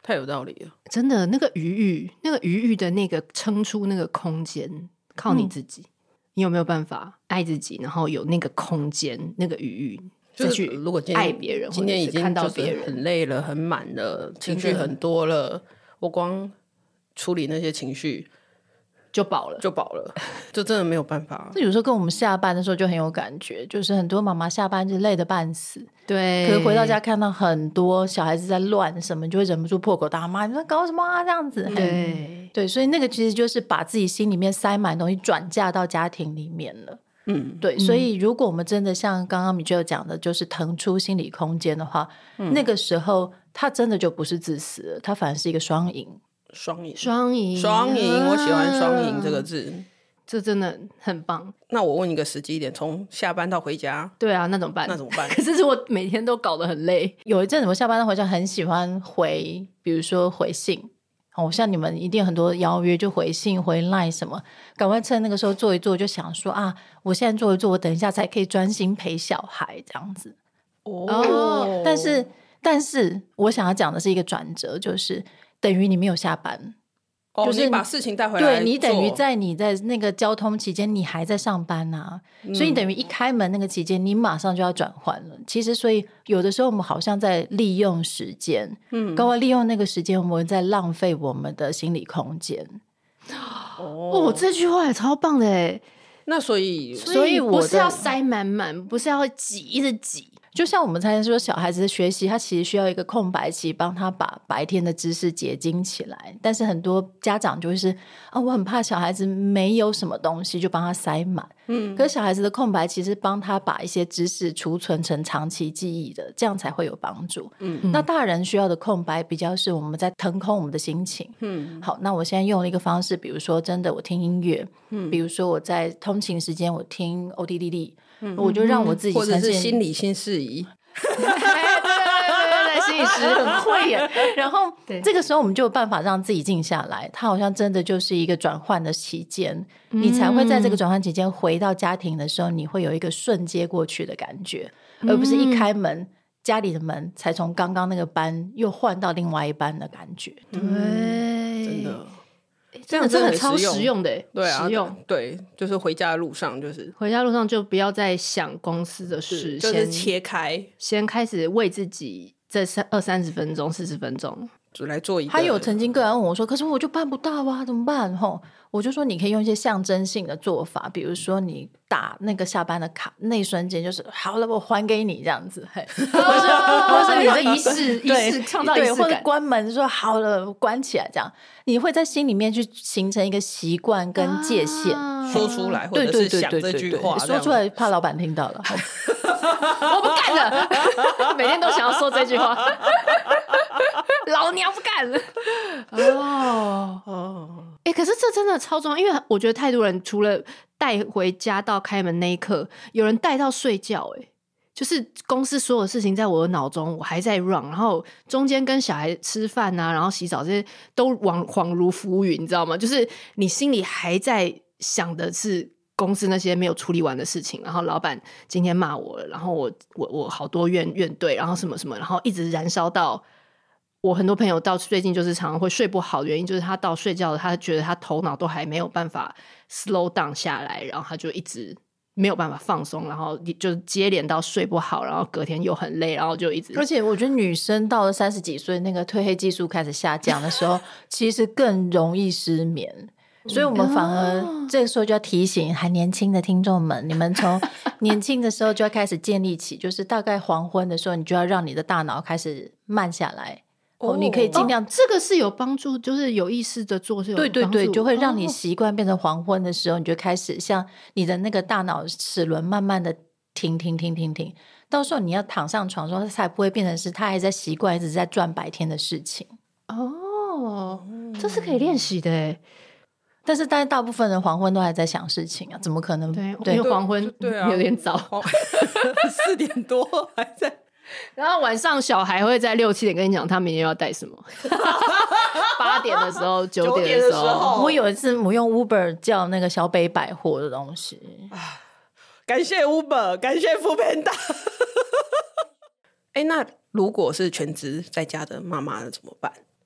太有道理了。 真的，那个余裕，那个余裕的那个撑出那个空间，靠你自己。嗯，你有没有办法爱自己，然后有那个空间、那个余裕，再去如果爱别人， 今天已经看到别人很累了、很满了，情绪很多了，我光处理那些情绪就饱了， 就饱了，就真的没有办法。 这有时候跟我们下班的时候就很有感觉，就是很多妈妈下班就累得半死， 对， 可是回到家看到很多小孩子在乱什么，就会忍不住破口大骂，你在搞什么啊？这样子， 对对，所以那个其实就是把自己心里面塞满东西转嫁到家庭里面了。嗯，对，所以如果我们真的像刚刚米就讲的，就是腾出心理空间的话，嗯，那个时候他真的就不是自私了，他反而是一个双赢。 双赢， 双赢， 双赢，我喜欢双赢这个字， 这真的很棒。 那我问一个实际一点，从下班到回家， 对啊，那怎么办？ 那怎么办？ 可是我每天都搞得很累。 有一阵子我下班到回家很喜欢回，比如说回信。哦，像你们一定很多邀约，就回信回 line 什么，赶快趁那个时候做一做，就想说啊，我现在做一做，我等一下才可以专心陪小孩这样子。哦，但是但是我想要讲的是一个转折，就是等于你没有下班。 哦， 就是你把事情带回来， 对，你等于在你在那个交通期间你还在上班啊，嗯，所以你等于一开门那个期间你马上就要转换了。其实所以有的时候我们好像在利用时间，嗯，刚刚利用那个时间我们在浪费我们的心理空间。 哦，这句话也超棒的耶。 那所以所以不是要塞满满，不是要挤一直挤， 就像我们才说小孩子的学习他其实需要一个空白期，帮他把白天的知识结晶起来，但是很多家长就是啊，我很怕小孩子没有什么东西就帮他塞满，嗯，可是小孩子的空白期是帮他把一些知识储存成长期记忆的，这样才会有帮助。嗯，那大人需要的空白比较是我们在腾空我们的心情。嗯，好，那我现在用了一个方式，比如说真的我听音乐，嗯，比如说我在通勤时间我听 O D D D，嗯，我就让我自己或者是心理新事宜对对对对，心理师很会耶。然后这个时候我们就有办法让自己静下来，它好像真的就是一个转换的期间，嗯，你才会在这个转换期间回到家庭的时候，你会有一个顺接过去的感觉，嗯，而不是一开门家里的门才从刚刚那个班又换到另外一班的感觉。 对， 嗯，真的这样真的超实用的， 对啊， 实用。 对，就是回家的路上，就是回家路上就不要再想公司的事， 就是切开， 先开始为自己这二三十分钟、四十分钟就来做一个。 他有曾经个人问我说：“可是我就办不到啊，怎么办？”吼，我就说你可以用一些象征性的做法，比如说你打那个下班的卡，那一瞬间就是好了，我还给你这样子，嘿，或是或是你的仪式仪式创造仪式感，或者关门说好了，关起来这样，你会在心里面去形成一个习惯跟界限， 啊， 说出来，或者是想这句话， 说出来怕老板听到了， 我不干了，每天都想要说这句话。老娘不干了。哦哦，哎，可是这真的超重要，因为我觉得太多人除了带回家到开门那一刻，有人带到睡觉，哎，就是公司所有的事情在我的脑中我还在 run， 然后中间跟小孩吃饭啊，然后洗澡这些都恍恍如浮云，你知道吗？就是你心里还在想的是公司那些没有处理完的事情，然后老板今天骂我了，然后我我我好多怨怨怼，然后什么什么，然后一直燃烧到我很多朋友到最近就是常常会睡不好的原因，就是他到睡觉了，他觉得他头脑都还没有办法 slow down 下来，然后他就一直没有办法放松，然后就接连到睡不好，然后隔天又很累，然后就一直。 而且我觉得女生到了三十几岁，那个褪黑激素开始下降的时候，其实更容易失眠。所以我们反而这个时候就要提醒还年轻的听众们，你们从年轻的时候就要开始建立起，就是大概黄昏的时候，你就要让你的大脑开始慢下来。哦，你可以尽量， 哦，这个是有帮助，就是有意识的做是有帮助， 对对对，就会让你习惯变成黄昏的时候，哦，你就开始像你的那个大脑齿轮慢慢的停停停停停，到时候你要躺上床的时候，它才不会变成是他还在习惯一直在转白天的事情。 哦，这是可以练习的耶。 但是但是大部分人黄昏都还在想事情啊，怎么可能？ 对，对，因为黄昏对啊， 有点早， 四点多还在。 然后晚上小孩会在六七点跟你讲他明天要带什么，八点的时候九点的时候， 我有一次我用 Uber 叫那个小北百货的东西， 感谢 Uber， 感谢 Foodpanda。哎，那如果是全职在家的妈妈怎么办？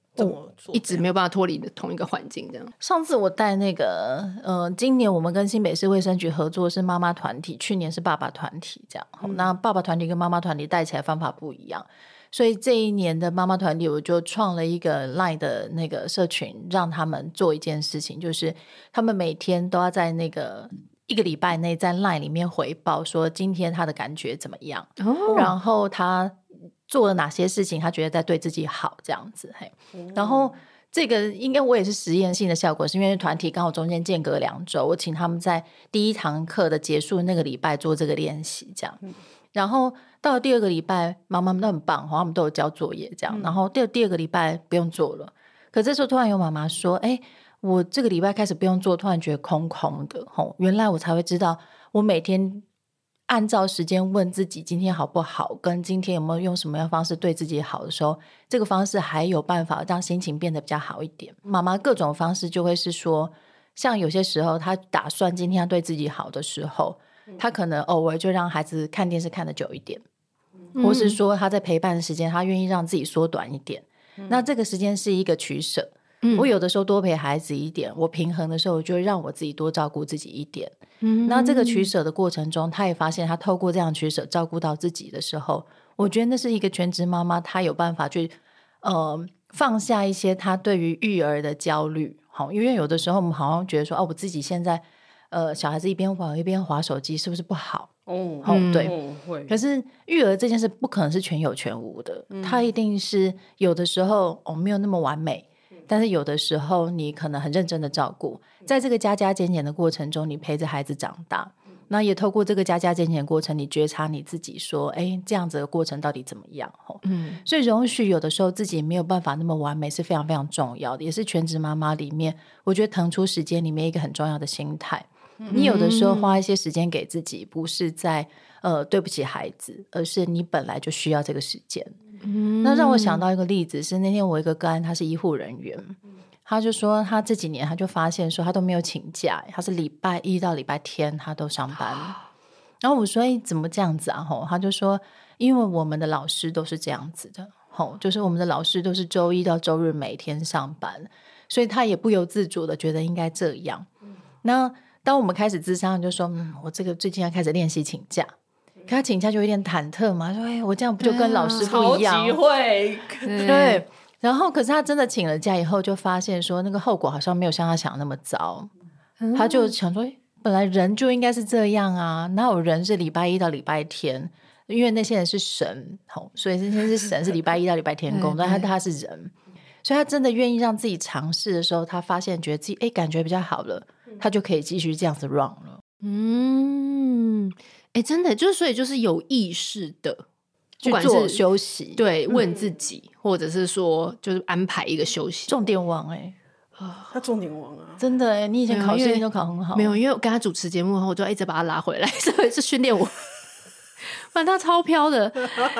怎么做、 哦、一直没有办法脱离的同一个环境这样。 上次我带那个呃，今年我们跟新北市卫生局合作是妈妈团体，去年是爸爸团体这样、嗯、那爸爸团体跟妈妈团体带起来方法不一样，所以这一年的妈妈团体我就创了一个 LINE 的那个社群，让他们做一件事情，就是他们每天都要在那个一个礼拜内在 LINE 里面回报说今天他的感觉怎么样、哦、然后他做了哪些事情他觉得在对自己好这样子、嗯、然后这个应该我也是实验性的效果，是因为团体刚好中间间隔两周，我请他们在第一堂课的结束那个礼拜做这个练习这样、嗯、然后到了第二个礼拜妈妈们都很棒，他们都有交作业这样、嗯、然后第二第二个礼拜不用做了，可这时候突然有妈妈说哎，我这个礼拜开始不用做，突然觉得空空的、哦、原来我才会知道我每天按照时间问自己今天好不好，跟今天有没有用什么样的方式对自己好的时候，这个方式还有办法让心情变得比较好一点。妈妈各种方式就会是说，像有些时候她打算今天要对自己好的时候，她可能偶尔就让孩子看电视看得久一点、嗯、或是说她在陪伴的时间她愿意让自己缩短一点、嗯、那这个时间是一个取舍、嗯、我有的时候多陪孩子一点，我平衡的时候我就会让我自己多照顾自己一点、嗯、那这个取舍的过程中，他也发现他透过这样取舍照顾到自己的时候，我觉得那是一个全职妈妈她有办法去呃放下一些她对于育儿的焦虑。好，因为有的时候我们好像觉得说哦，我自己现在呃小孩子一边玩一边滑手机是不是不好？哦，嗯、对、嗯、会。可是育儿这件事不可能是全有全无的、嗯、它一定是有的时候哦没有那么完美，但是有的时候你可能很认真的照顾，在这个加加减减的过程中你陪着孩子长大，那也透过这个加加减减的过程你觉察你自己说哎，这样子的过程到底怎么样、嗯、所以容许有的时候自己没有办法那么完美是非常非常重要的，也是全职妈妈里面我觉得腾出时间里面一个很重要的心态、嗯、你有的时候花一些时间给自己，不是在呃对不起孩子，而是你本来就需要这个时间。嗯、那让我想到一个例子是那天我一个个案他是医护人员，他就说他这几年他就发现说他都没有请假，他是礼拜一到礼拜天他都上班然后我说怎么这样子啊，他就说因为我们的老师都是这样子的，就是我们的老师都是周一到周日每天上班，所以他也不由自主的觉得应该这样。那当我们开始咨商就说嗯，我这个最近要开始练习请假，可他请假就有点忐忑嘛，说哎，我这样不就跟老师不一样、 超级会对，然后可是他真的请了假以后就发现说那个后果好像没有像他想的那么糟、嗯、他就想说本来人就应该是这样啊，哪有人是礼拜一到礼拜天，因为那些人是神、哦、所以那些是神是礼拜一到礼拜天工作但他是人，所以他真的愿意让自己尝试的时候，他发现觉得自己哎感觉比较好了，他就可以继续这样子 run 了。 嗯，哎，真的就是所以就是有意识的去做休息， 对，问自己、嗯、或者是说就是安排一个休息。 重点王哎、 欸，他重点王啊， 真的哎、欸，你以前考试你都考很好。 没有，因为我跟他主持节目后，我就一直把他拉回来，所以是训练我，不然他超飘的。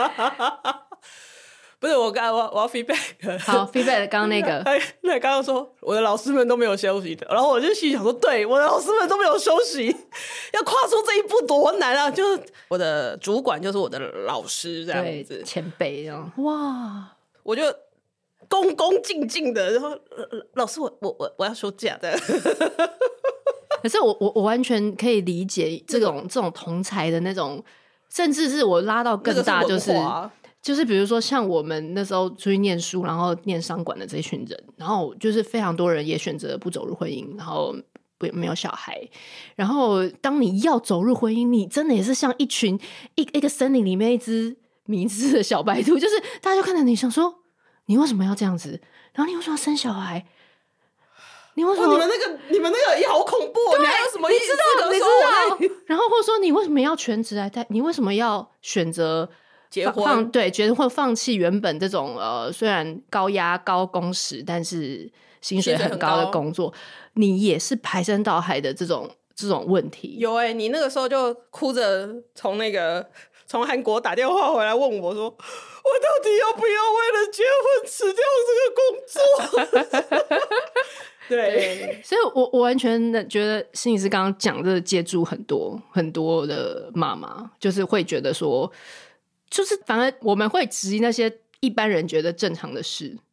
不是我刚我我要 feedback， 好 feedback 刚刚那个， 那刚刚说我的老师们都没有休息的，然后我就心里想说，对，我的老师们都没有休息，要跨出这一步多难啊！就是我的主管就是我的老师这样子， 前辈这样， 哇， 我就恭恭敬敬的，然后老师我我我我要休假的。 可是我我我完全可以理解这种、那个、这种同才的那种，甚至是我拉到更大就是。那個就是比如说像我们那时候出去念书然后念商管的这一群人，然后就是非常多人也选择不走入婚姻，然后不没有小孩，然后当你要走入婚姻，你真的也是像一群一一个森林里面一只迷失的小白兔，就是大家就看着你想说你为什么要这样子，然后你为什么要生小孩，你为什么、 哦、你们那个你们那个也好恐怖、哦、你还有什么意思？ 你知道你知道然后或者说你为什么要全职来带，你为什么要选择结婚， 放对结婚放弃原本这种呃虽然高压高工时但是薪水很高的工作，你也是排山倒海的这种这种问题。 有哎、欸，你那个时候就哭着从那个从韩国打电话回来问我说，我到底要不要为了结婚辞掉这个工作？对， 所以我我完全觉得心理师刚刚讲的接住很多很多的妈妈，就是会觉得说。就是反而我们会质疑那些一般人觉得正常的事，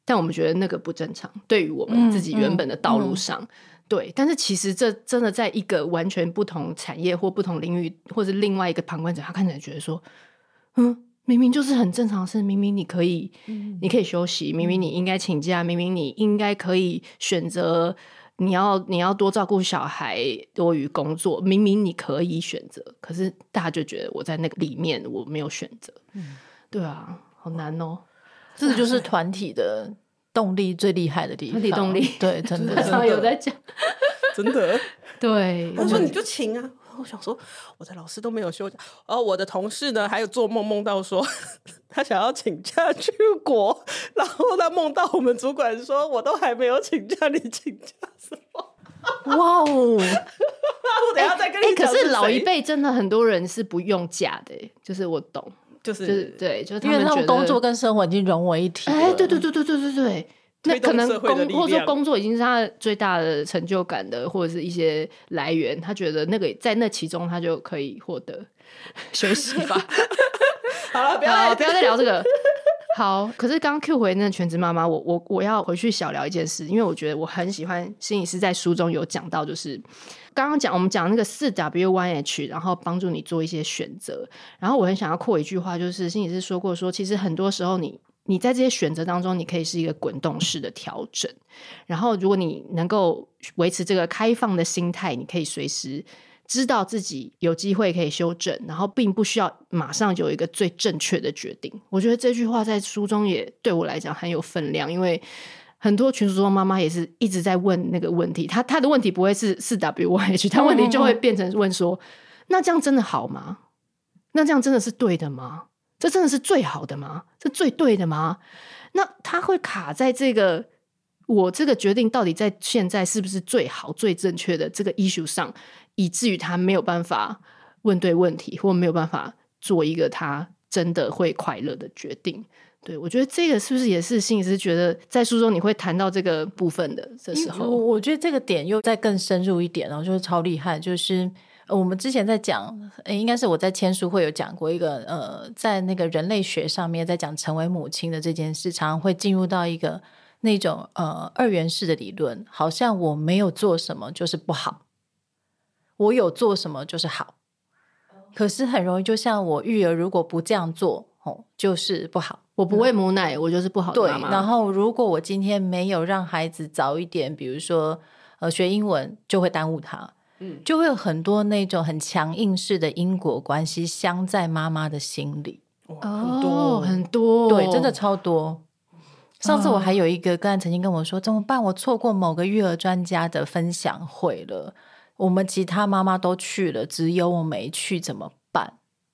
但我们觉得那个不正常，对于我们自己原本的道路上、嗯嗯、对，但是其实这真的在一个完全不同产业或不同领域，或者另外一个旁观者，他看起来觉得说嗯，明明就是很正常的事，明明你可以、嗯、你可以休息，明明你应该请假，明明你应该可以选择你要你要多照顾小孩多于工作，明明你可以选择，可是大家就觉得我在那个里面我没有选择、嗯、对啊，好难哦。 这个就是团体的动力最厉害的地方， 团体动力， 对，真的常常有在讲真的对， 他说你就请啊，我想说我的老师都没有休假，然后我的同事呢还有做梦梦到说他想要请假去国，然后他梦到我们主管说我都还没有请假，你请假什么？ 哇哦我等一下再跟你讲、 欸欸、可是老一辈真的很多人是不用假的，就是我懂， 就是、 就是、对，就是他们因为他们工作跟生活已经融为一体了。 哎、欸，对对对对对对对，那可能工或者说工作已经是他最大的成就感的，或者是一些来源，他觉得那个在那其中他就可以获得休息吧。 好了，不要不要再聊这个。好，可是刚刚 Q 回那全职妈妈，我我我要回去小聊一件事，因为我觉得我很喜欢心理师在书中有讲到，就是刚刚讲我们讲那个四 W 一 H， 然后帮助你做一些选择，然后我很想要扩一句话，就是心理师说过说，其实很多时候你你在这些选择当中，你可以是一个滚动式的调整，然后如果你能够维持这个开放的心态，你可以随时知道自己有机会可以修正，然后并不需要马上有一个最正确的决定。我觉得这句话在书中也对我来讲很有分量，因为很多群组中妈妈也是一直在问那个问题，她她的问题不会是 四 W 一 H， 她问题就会变成问说、嗯、那这样真的好吗？那这样真的是对的吗？这真的是最好的吗？这最对的吗？那她会卡在这个我这个决定到底在现在是不是最好最正确的这个 issue 上，以至于他没有办法问对问题，或没有办法做一个他真的会快乐的决定。对，我觉得这个是不是也是心理师觉得在书中你会谈到这个部分的这时候， 我觉得这个点又再更深入一点，然后就是超厉害，就是我们之前在讲，应该是我在签书会有讲过一个呃，在那个人类学上面在讲成为母亲的这件事，常常会进入到一个那种呃二元式的理论，好像我没有做什么就是不好，我有做什么就是好，可是很容易就像我育儿如果不这样做、哦、就是不好， 我不喂母奶、嗯、我就是不好的妈妈。 对，然后如果我今天没有让孩子早一点比如说呃学英文，就会耽误他、嗯、就会有很多那种很强硬式的因果关系镶在妈妈的心里、 哦、很多很多， 对，真的超多。上次我还有一个个案曾经跟我说、哦、怎么办，我错过某个育儿专家的分享会了，我们其他妈妈都去了，只有我没去，怎么办？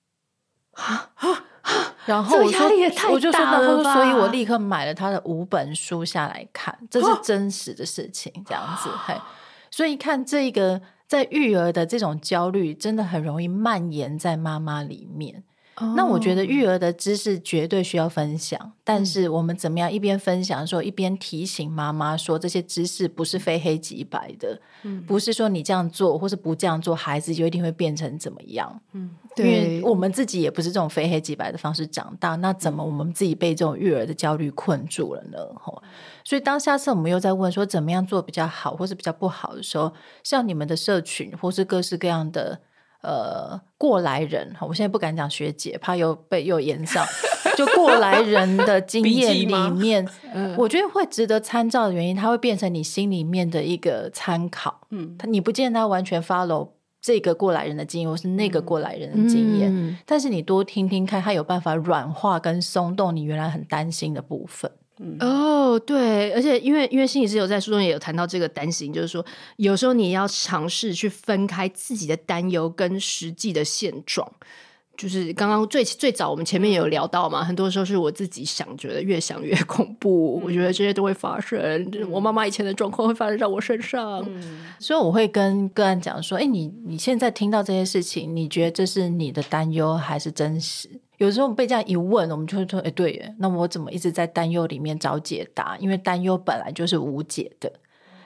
然后我说，我就说，他说，所以我立刻买了他的五本书下来看，这是真实的事情，这样子。嘿，所以看这个在育儿的这种焦虑，真的很容易蔓延在妈妈里面。Oh. 那我觉得育儿的知识绝对需要分享，但是我们怎么样一边分享的时候一边提醒妈妈说这些知识不是非黑即白的、嗯、不是说你这样做或是不这样做孩子就一定会变成怎么样、嗯、对，因为我们自己也不是这种非黑即白的方式长大，那怎么我们自己被这种育儿的焦虑困住了呢？所以当下次我们又在问说怎么样做比较好或是比较不好的时候，像你们的社群或是各式各样的呃，过来人，我现在不敢讲学姐，怕又被又延上。就过来人的经验里面，我觉得会值得参照的原因，它会变成你心里面的一个参考。嗯，你不见得要完全 follow 这个过来人的经验，或是那个过来人的经验，嗯、但是你多听听看，它有办法软化跟松动你原来很担心的部分。 嗯、哦，对，而且因为因为心理师有在书中也有谈到这个担心，就是说有时候你要尝试去分开自己的担忧跟实际的现状。就是刚刚最最早我们前面也有聊到嘛，很多时候是我自己想，觉得越想越恐怖、嗯、我觉得这些都会发生、嗯、我妈妈以前的状况会发生在我身上、 嗯、所以我会跟个案讲说，哎，你你现在听到这些事情，你觉得这是你的担忧还是真实？有时候被这样一问，我们就会说，哎，对耶，那我怎么一直在担忧里面找解答？因为担忧本来就是无解的，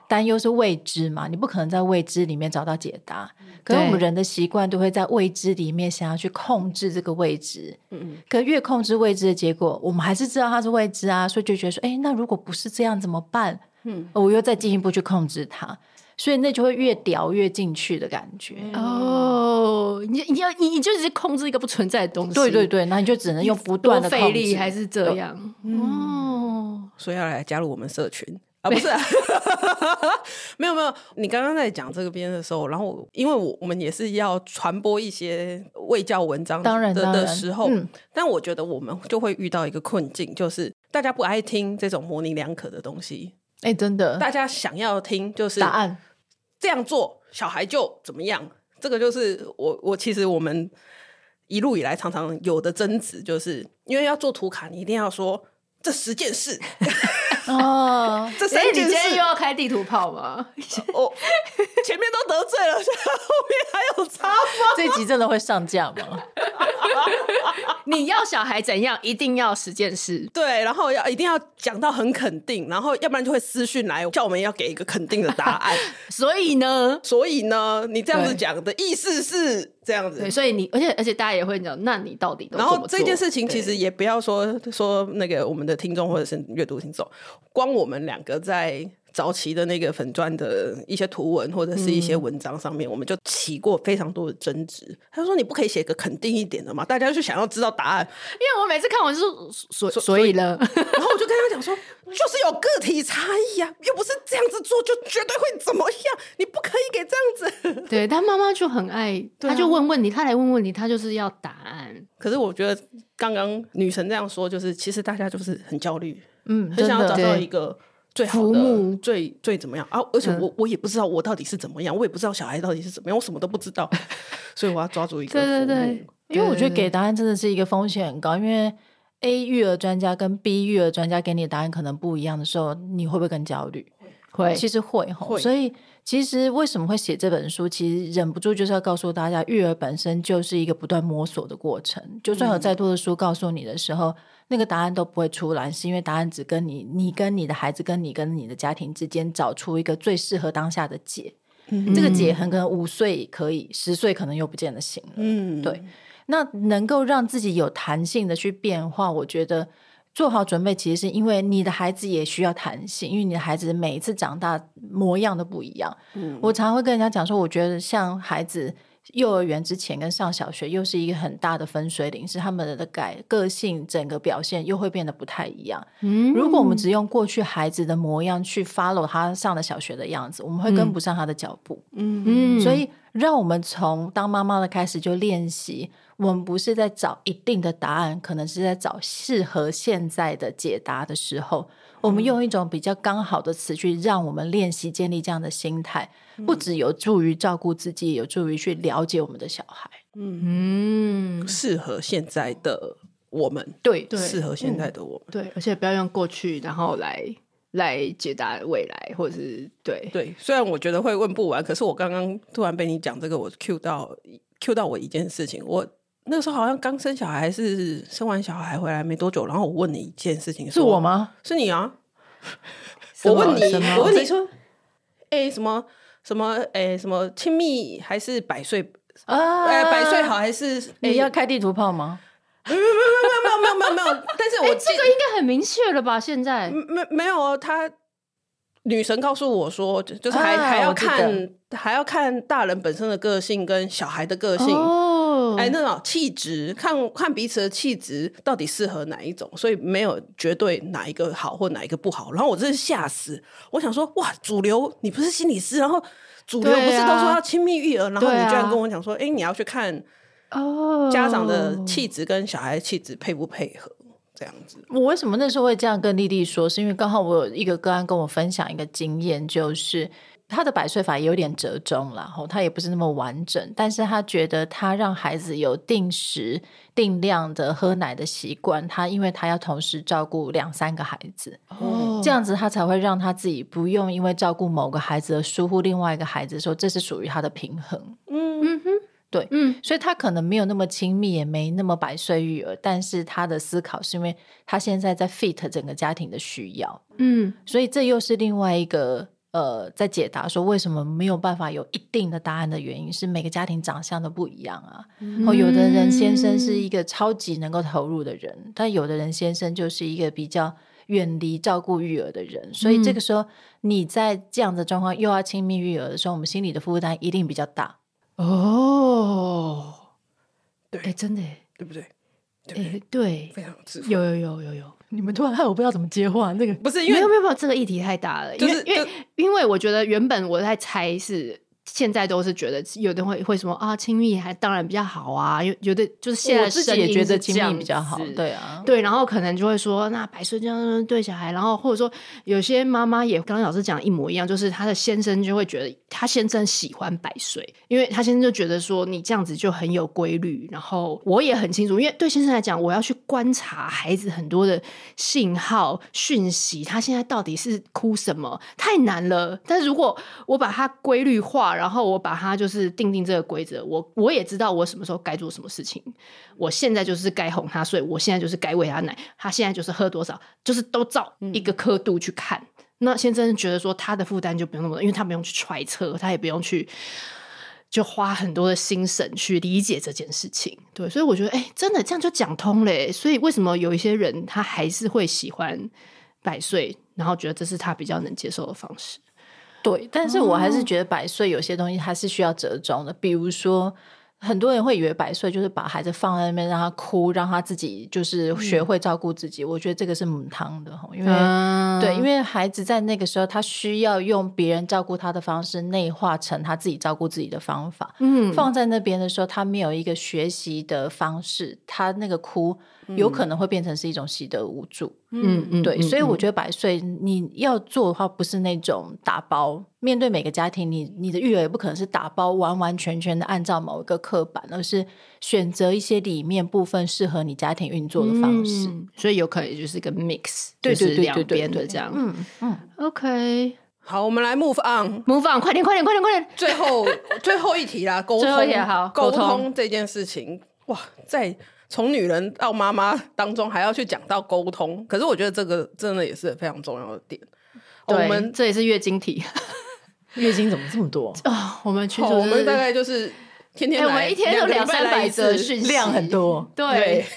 担忧是未知嘛，你不可能在未知里面找到解答。可是我们人的习惯都会在未知里面想要去控制这个未知，嗯，可越控制未知的结果，我们还是知道它是未知啊，所以就觉得说，哎，那如果不是这样怎么办？嗯，我又再进一步去控制它。所以那就会越掉越进去的感觉。 哦，你你要你你就只是控制一个不存在的东西， 对对对，那你就只能用不断的费力，还是这样、 嗯、哦。所以要来加入我们社群啊？不是、啊，没有没有。你刚刚在讲这个边的时候，然后因为我我们也是要传播一些卫教文章的当然当然的时候、嗯，但我觉得我们就会遇到一个困境，就是大家不爱听这种模棱两可的东西。 哎、欸，真的， 大家想要听就是答案， 这样做小孩就怎么样。这个就是我我其实我们一路以来常常有的争执，就是因为要做图卡，你一定要说这十件事哦， 这三件事。 你今天又要开地图炮吗？ 我前面都得罪了，后面还有差吗？ 这集真的会上架吗？ 你要小孩怎样，一定要十件事。 对，然后要一定要讲到很肯定，然后要不然就会私讯来叫我们要给一个肯定的答案。 所以呢， 所以呢，你这样子讲的意思是这样子。 对，所以你而且而且大家也会讲，那你到底都怎么做？ 然后这件事情其实也不要说说那个我们的听众或者是阅读听众，光我们两个在早期的那个粉专的一些图文或者是一些文章上面、嗯、我们就起过非常多的争执。他说你不可以写个肯定一点的嘛，大家就想要知道答案。 因为我每次看完就说所所以呢， 然后我就跟他讲说就是有个体差异啊，又不是这样子做就绝对会怎么样，你不可以给这样子。对， 他妈妈就很爱、啊、他就问问题，他来问问题，他就是要答案。 可是我觉得刚刚女神这样说，就是其实大家就是很焦虑，嗯，很想要找到一个最好的最最怎么样啊？而且我、嗯、我也不知道我到底是怎么样，我也不知道小孩到底是怎么样，我什么都不知道，所以我要抓住一个对对对， 因为我觉得给答案真的是一个风险很高，因为 A 育儿专家跟 B 育儿专家给你的答案可能不一样的时候，你会不会更焦虑？ 会， 其实会会。所以其实为什么会写这本书，其实忍不住就是要告诉大家，育儿本身就是一个不断摸索的过程。就算有再多的书告诉你的时候、嗯、那个答案都不会出来，是因为答案只跟你你跟你的孩子跟你跟你的家庭之间找出一个最适合当下的解、嗯、这个解很可能五岁可以，十岁可能又不见得行了。嗯，对。那能够让自己有弹性的去变化，我觉得做好准备，其实是因为你的孩子也需要弹性，因为你的孩子每一次长大模样都不一样、嗯、我常会跟人家讲说，我觉得像孩子幼儿园之前跟上小学又是一个很大的分水岭，是他们的改个性整个表现又会变得不太一样、嗯、如果我们只用过去孩子的模样去 follow 他上了小学的样子，我们会跟不上他的脚步。嗯，所以让我们从当妈妈的开始就练习，我们不是在找一定的答案，可能是在找适合现在的解答的时候，我们用一种比较刚好的词去让我们练习建立这样的心态，不只有助于照顾自己，有助于去了解我们的小孩。 嗯，适合现在的我们， 对， 适合现在的我们、嗯、 对，而且不要用过去然后来来解答未来，或者是对对。虽然我觉得会问不完，可是我刚刚突然被你讲这个，我 cue 到 cue 到我一件事情。我那个时候好像刚生小孩，还是生完小孩回来没多久，然后我问你一件事情。 是我吗？ 是你啊。我问你我问你说哎、欸、什么什么哎、欸、什么亲密还是百岁啊、欸、百岁好还是、欸、 你要开地图炮吗？ 没有没有没有没有没有没有没有但是我、欸、 这个应该很明确了吧现在。 没没有哦，他女神告诉我说就是还、啊、还要看还要看大人本身的个性跟小孩的个性哦，哎，那种气质，看看彼此的气质到底适合哪一种，所以没有绝对哪一个好或哪一个不好。然后我真是吓死，我想说哇，主流你不是心理师，然后主流不是都说要亲密育儿、啊、然后你居然跟我讲说哎、啊，你要去看哦家长的气质跟小孩的气质配不配合这样子。 我为什么那时候会这样跟丽丽说，是因为刚好我有一个个案跟我分享一个经验，就是他的百岁法也有点折中啦，他也不是那么完整，但是他觉得他让孩子有定时定量的喝奶的习惯，他因为他要同时照顾两三个孩子、哦、这样子他才会让他自己不用因为照顾某个孩子而疏忽另外一个孩子的时候，这是属于他的平衡。嗯哼，对，嗯，所以他可能没有那么亲密，也没那么百岁育儿，但是他的思考是因为他现在在 fit 整个家庭的需要。嗯，所以这又是另外一个呃在解答说为什么没有办法有一定的答案的原因是每个家庭长相都不一样啊。嗯、有的人先生是一个超级能够投入的人，但有的人先生就是一个比较远离照顾育儿的人，所以这个时候你在这样的状况又要亲密育儿的时候，我们心里的负担一定比较大。 哦， 对， 哎，真的， 对不对？ 哎，对， 非常有智慧。 有有有有有， 你们突然害我不知道怎么接话，那个不是因为没有没有没有，这个议题太大了， 就是因为因为因为我觉得原本我在猜是。现在都是觉得有的会会什么啊，亲密还当然比较好啊，有有的就是现在我自己也觉得亲密比较好，对啊， 对，然后可能就会说那百岁这样对小孩，然后或者说有些妈妈也刚刚老师讲一模一样，就是她的先生就会觉得他先生喜欢百岁，因为他先生就觉得说你这样子就很有规律，然后我也很清楚，因为对先生来讲，我要去观察孩子很多的信号讯息，他现在到底是哭什么，太难了。但是如果我把它规律化，然后我把它就是定定这个规则，我我也知道我什么时候该做什么事情。我现在就是该哄他睡，我现在就是该喂他奶，他现在就是喝多少，就是都照一个刻度去看。嗯、那先生觉得说他的负担就不用那么多，因为他不用去揣测，他也不用去就花很多的心神去理解这件事情。对，所以我觉得哎、欸，真的这样就讲通了、欸。所以为什么有一些人他还是会喜欢百岁，然后觉得这是他比较能接受的方式。 对，但是我还是觉得百岁有些东西它是需要折中的，比如说很多人会以为百岁就是把孩子放在那边让他哭，让他自己就是学会照顾自己、嗯、我觉得这个是母汤的，因为、嗯、对，因为孩子在那个时候他需要用别人照顾他的方式内化成他自己照顾自己的方法，嗯，放在那边的时候他没有一个学习的方式，他那个哭有可能会变成是一种习得无助，嗯嗯，对，所以我觉得百岁你要做的话不是那种打包，面对每个家庭，你你的育儿也不可能是打包完完全全的按照某一个刻板，而是选择一些里面部分适合你家庭运作的方式、 嗯、所以有可能就是一个 mix， 对对对对对对， 就是两边的这样，嗯嗯 OK， 好，我们来 move on move on， 快点快点快点快点， 最后最后一题啦，沟通， 最后一题好， 沟通这件事情，哇，在从女人到妈妈当中还要去讲到沟通，可是我觉得这个真的也是非常重要的点。 对， 我们这也是月经题， 月经怎么这么多啊、哦？我们群主、 哦、我们大概就是天天来、 欸、我们一天有两三百则讯息， 量很多。 对， 对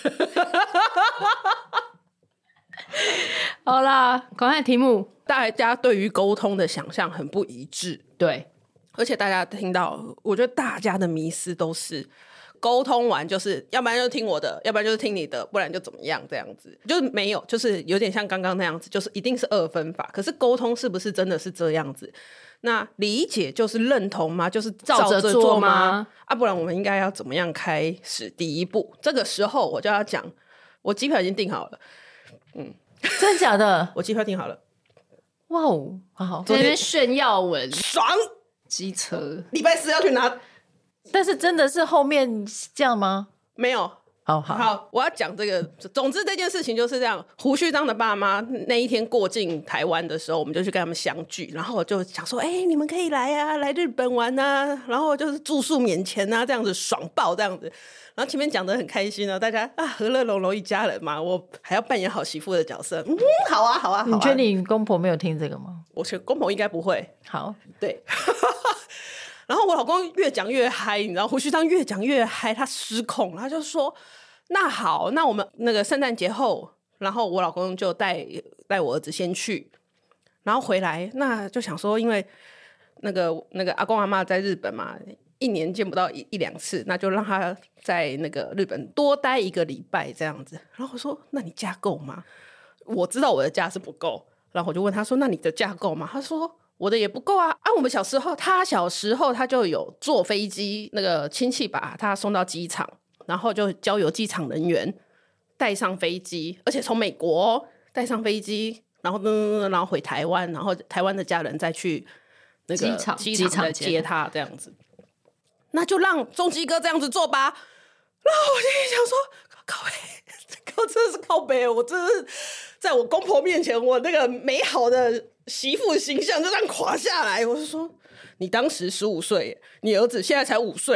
好啦，赶快题目， 大家对于沟通的想象很不一致， 对， 而且大家听到，我觉得大家的迷思都是。沟通完就是要不然就听我的，要不然就是听你的，不然就怎么样，这样子就是没有，就是有点像刚刚那样子，就是一定是二分法。可是沟通是不是真的是这样子？那理解就是认同吗？就是照着做吗？啊，不然我们应该要怎么样开始第一步？这个时候我就要讲，我机票已经订好了，嗯， 真的假的？ 我机票订好了， 哇哦，好， 在那边炫耀文， 爽， 机车， 礼拜四要去拿。 但是真的是后面这样吗？ 没有。 好好好，我要讲这个。总之这件事情就是这样。胡须章的爸妈那一天过境台湾的时候，我们就去跟他们相聚，然后我就想说，哎、欸，你们可以来啊，来日本玩啊，然后就是住宿免钱啊，这样子爽爆这样子。然后前面讲得很开心啊，大家啊和乐融融一家人嘛，我还要扮演好媳妇的角色。嗯，好啊，好啊，好啊。 你觉得你公婆没有听这个吗？ 我觉得公婆应该不会。 好， 对。然后我老公越讲越嗨，你知道胡须章越讲越嗨，他失控，他就说那好，那我们那个圣诞节后，然后我老公就带带我儿子先去，然后回来，那就想说因为那个那个阿公阿嬷在日本嘛，一年见不到一一两次，那就让他在那个日本多待一个礼拜这样子。然后我说那你假够吗？我知道我的假是不够，然后我就问他说那你的假够吗？他说我的也不够啊！啊，我们小时候，他小时候他就有坐飞机，那个亲戚把他送到机场，然后就交由机场人员带上飞机，而且从美国带上飞机，然后然后回台湾，然后台湾的家人再去那个机场机场的接他这样子。那就让中基哥这样子做吧。然后我心里想说，靠北，靠，真的是靠北，我真的是在我公婆面前，我那个美好的媳妇形象就这样垮下来。我就说你当时十五岁，你儿子现在才五岁耶，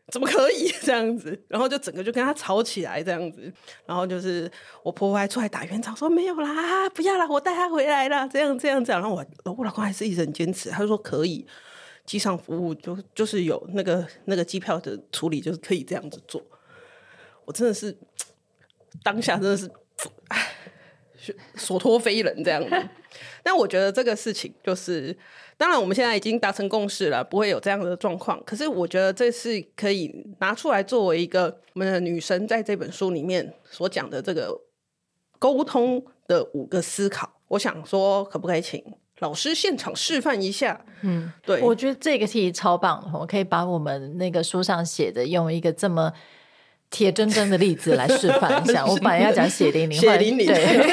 怎么可以这样子？然后就整个就跟他吵起来这样子。然后就是我婆婆还出来打圆场说没有啦，不要啦，我带他回来啦，这样这样这样。然后我我老公还是一直很坚持，他就说可以，机上服务就就是有那个那个机票的处理，就是可以这样子做。我真的是当下真的是所托非人这样子。但我觉得这个事情就是当然我们现在已经达成共识了，不会有这样的状况，可是我觉得这是可以拿出来作为一个我们的女神在这本书里面所讲的这个沟通的五个思考。我想说可不可以请老师现场示范一下？嗯，对， 我觉得这个题超棒的，我可以把我们那个书上写的用一个这么铁铮铮的例子来示范一下。我本来要讲血淋淋， 血淋淋， 对。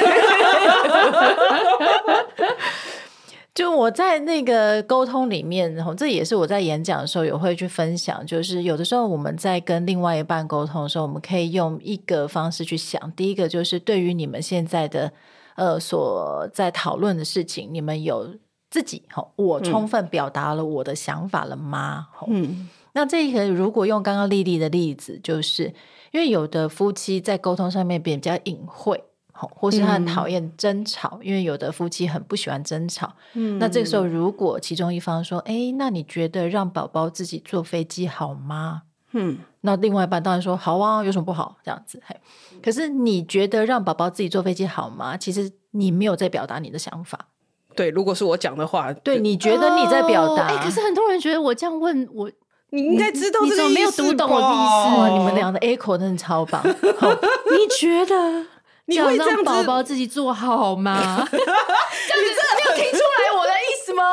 就我在那个沟通里面，这也是我在演讲的时候也会去分享，就是有的时候我们在跟另外一半沟通的时候，我们可以用一个方式去想。第一个就是对于你们现在的呃所在讨论的事情，你们有自己我充分表达了我的想法了吗？嗯，那这个如果用刚刚丽丽的例子，就是因为有的夫妻在沟通上面比较隐晦，或是他很讨厌争吵、嗯、因为有的夫妻很不喜欢争吵、嗯、那这个时候如果其中一方说诶那你觉得让宝宝自己坐飞机好吗？嗯，那另外一半当然说好啊，有什么不好这样子。可是你觉得让宝宝自己坐飞机好吗？其实你没有在表达你的想法。 对，如果是我讲的话， 对，你觉得你在表达、 哦欸、可是很多人觉得我这样问我你应该知道这个意思吧， 你怎么没有读懂我的意思、 哦、你们俩的 echo 真的超棒。你觉得你会这样子让宝宝自己做好吗？这样子你有听出来我的意思吗？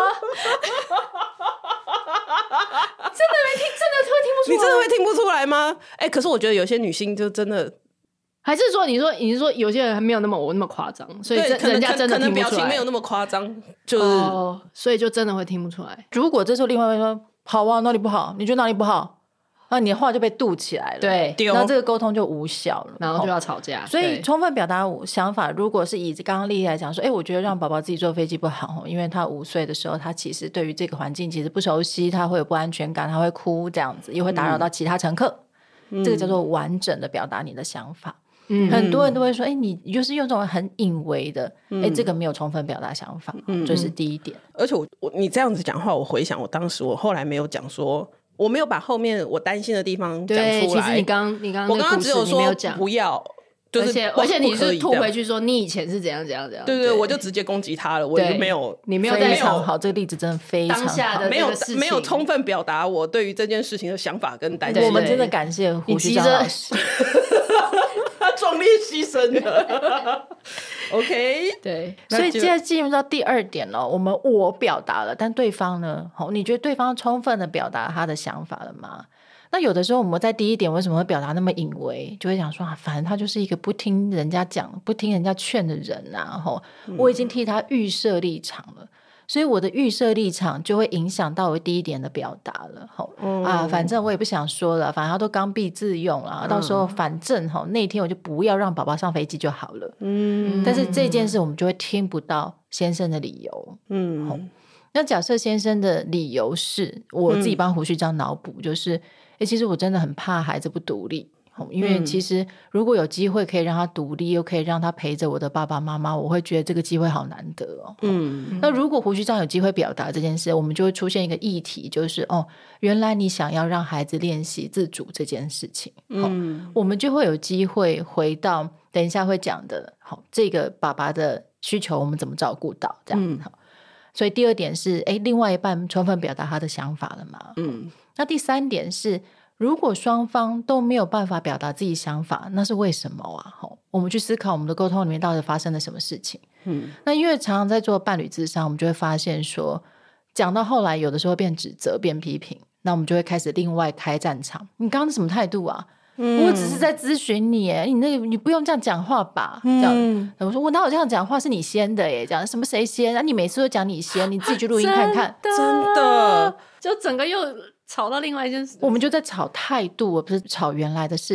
真的没听，真的会听不出来。 你真的会听不出来吗？哎、欸，可是我觉得有些女性就真的， 还是说你说你是说有些人还没有那么我那么夸张，所以人家真的听不出来， 可能表情没有那么夸张，就是、 哦，所以就真的会听不出来。 如果这时候另外一半说好啊，哪里不好？你觉得哪里不好？那你的话就被堵起来了， 对， 那这个沟通就无效了， 然后就要吵架。 所以充分表达想法，如果是以刚刚丽丽来讲说，哎，我觉得让宝宝自己坐飞机不好，因为他五岁的时候，他其实对于这个环境其实不熟悉，他会有不安全感，他会哭这样子，也会打扰到其他乘客、嗯、这个叫做完整的表达你的想法。嗯，很多人都会说，哎，你就是用这种很隐微的，哎、嗯，这个没有充分表达想法，嗯，这是第一点。 而且我我你这样子讲话，我回想我当时我后来没有讲说。我没有把后面我担心的地方讲出来。 对，其实你刚你刚刚我刚刚只有说不要，就是而且而且你是吐回去说你以前是怎样怎样怎样。 对 对, 对，我就直接攻击他了，我就没有， 你没有非常好，这个例子真的非常好， 当下的没有没有充分表达我对于这件事情的想法跟担心。 我们真的感谢胡须章老师， 他壮烈牺牲了。OK， 对，所以现在进入到第二点了。我们我表达了，但对方呢？你觉得对方充分的表达他的想法了吗？那有的时候我们在第一点为什么会表达那么隐微，就会想说、啊、反正他就是一个不听人家讲不听人家劝的人啊、嗯、我已经替他预设立场了，所以我的预设立场就会影响到我第一点的表达了、嗯、啊，反正我也不想说了，反正他都刚愎自用了、嗯、到时候反正那天我就不要让宝宝上飞机就好了。嗯，但是这件事我们就会听不到先生的理由。嗯，那假设先生的理由是我自己帮胡须章脑补、嗯、就是欸、其实我真的很怕孩子不独立，因为其实如果有机会可以让他独立又可以让他陪着我的爸爸妈妈，我会觉得这个机会好难得哦。嗯，那如果胡须章有机会表达这件事，我们就会出现一个议题，就是哦，原来你想要让孩子练习自主这件事情。嗯，我们就会有机会回到等一下会讲的好，这个爸爸的需求我们怎么照顾到这样、嗯、所以第二点是诶另外一半充分表达他的想法了嘛。嗯，那第三点是如果双方都没有办法表达自己想法，那是为什么啊？我们去思考我们的沟通里面到底发生了什么事情。嗯，那因为常常在做伴侣咨商，我们就会发现说讲到后来有的时候变指责变批评，那我们就会开始另外开战场。你刚刚是什么态度啊？嗯、我只是在咨询你耶，你那个你不用这样讲话吧、嗯、这样我说我哪有这样讲话，是你先的耶，讲什么谁先啊？你每次都讲你先，你自己去录音看看。 真的真的就整个又吵到另外一件事， 我们就在吵态度而不是吵原来的事情。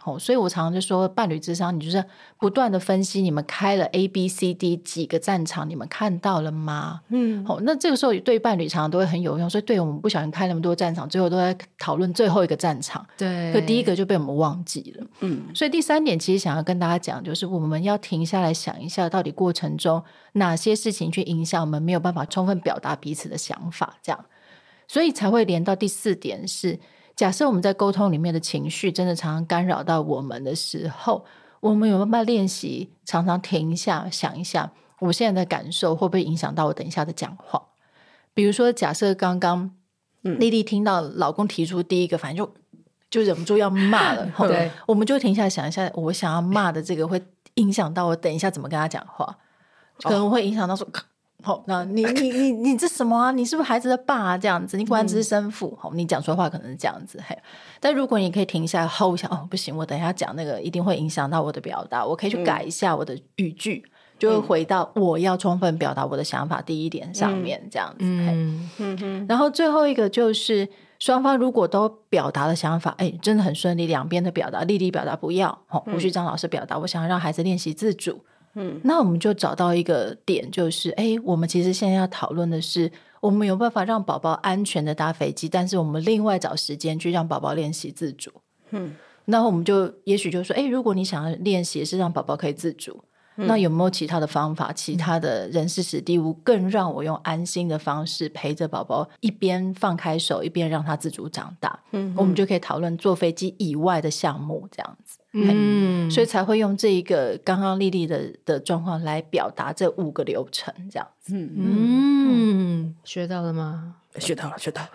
哦，所以我常常就说伴侣咨商，你就是不断的分析你们开了 A B C D 几个战场，你们看到了吗？嗯，哦，那这个时候对伴侣常常都会很有用，所以对我们不小心开那么多战场，最后都在讨论最后一个战场， 对， 可第一个就被我们忘记了。嗯，所以第三点其实想要跟大家讲，就是我们要停下来想一下，到底过程中哪些事情去影响我们没有办法充分表达彼此的想法，这样，所以才会连到第四点是，假设我们在沟通里面的情绪真的常常干扰到我们的时候，我们有办法练习常常停一下想一下我现在的感受会不会影响到我等一下的讲话。比如说假设刚刚丽丽听到老公提出第一个反正就就忍不住要骂了对，我们就停下来想一下我想要骂的这个会影响到我等一下怎么跟他讲话，可能会影响到说好、哦，那你你你你这什么啊？你是不是孩子的爸啊？这样子，你果然只是生父。好、嗯，你讲错话可能是这样子。嘿，但如果你可以停下来 hold 一下，哦，不行，我等一下讲那个一定会影响到我的表达，我可以去改一下我的语句，嗯、就会回到我要充分表达我的想法第一点上面，嗯、这样子。嗯嗯嗯。然后最后一个就是双方如果都表达了想法，哎，真的很顺利，两边的表达，丽丽表达不要，哦，胡旭章老师表达，我想要让孩子练习自主。嗯，那我们就找到一个点，就是哎，我们其实现在要讨论的是我们有办法让宝宝安全的搭飞机，但是我们另外找时间去让宝宝练习自主。嗯，那我们就也许就说哎，如果你想要练习是让宝宝可以自主，嗯、那有没有其他的方法，其他的人事时地物更让我用安心的方式陪着宝宝一边放开手一边让他自主长大。嗯，我们就可以讨论坐飞机以外的项目这样子。嗯，所以才会用这一个刚刚丽丽的的状况来表达这五个流程这样子。嗯嗯，学到了吗？ 学到了，学到了。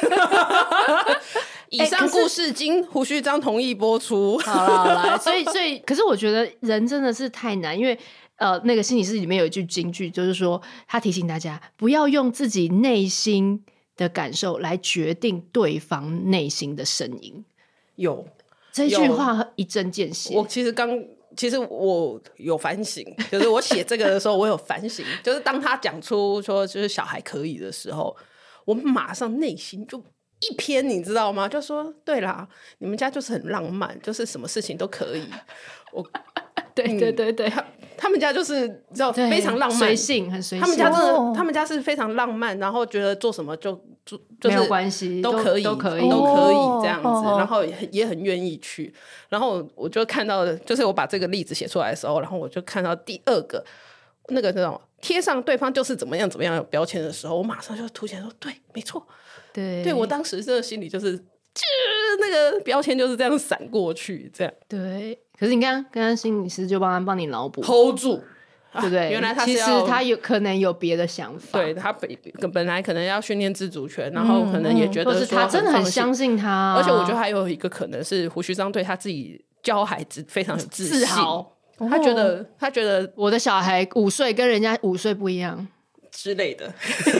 以上故事经胡须章同意播出。 好了好了，所以所以，可是我觉得人真的是太难，因为呃，那个心理师里面有一句金句，就是说他提醒大家不要用自己内心的感受来决定对方内心的声音。 有。 这句话一针见血。 我其实刚，其实我有反省，就是我写这个的时候，我有反省，就是当他讲出说就是小孩可以的时候，我马上内心就一偏，你知道吗？就说对啦，你们家就是很浪漫，就是什么事情都可以。我对对对对， 他他们家就是知道非常浪漫， 随性很随性。 他们家真的，哦、他们家是非常浪漫，然后觉得做什么就就就是没有关系， 都可以， 都可以， 都可以这样子，哦、然后也也很愿意去。然后我就看到，就是我把这个例子写出来的时候，然后我就看到第二个那个那种贴上对方就是怎么样怎么样有标签的时候，我马上就凸显说，对，没错， 对， 对我当时这个心里就是。那个标签就是这样闪过去，这样对。可是你刚刚刚心理师就帮他帮你脑补 hold 住， 对不对？ 啊、原来他是其实他有可能有别的想法， 对他本本来可能要训练自主权，然后可能也觉得说、嗯嗯、 他真的很相信他， 而且我觉得还有一个可能是胡须章对他自己教孩子非常有自信， 自豪， 他觉得、哦、他觉得我的小孩五岁跟人家五岁不一样。 之类的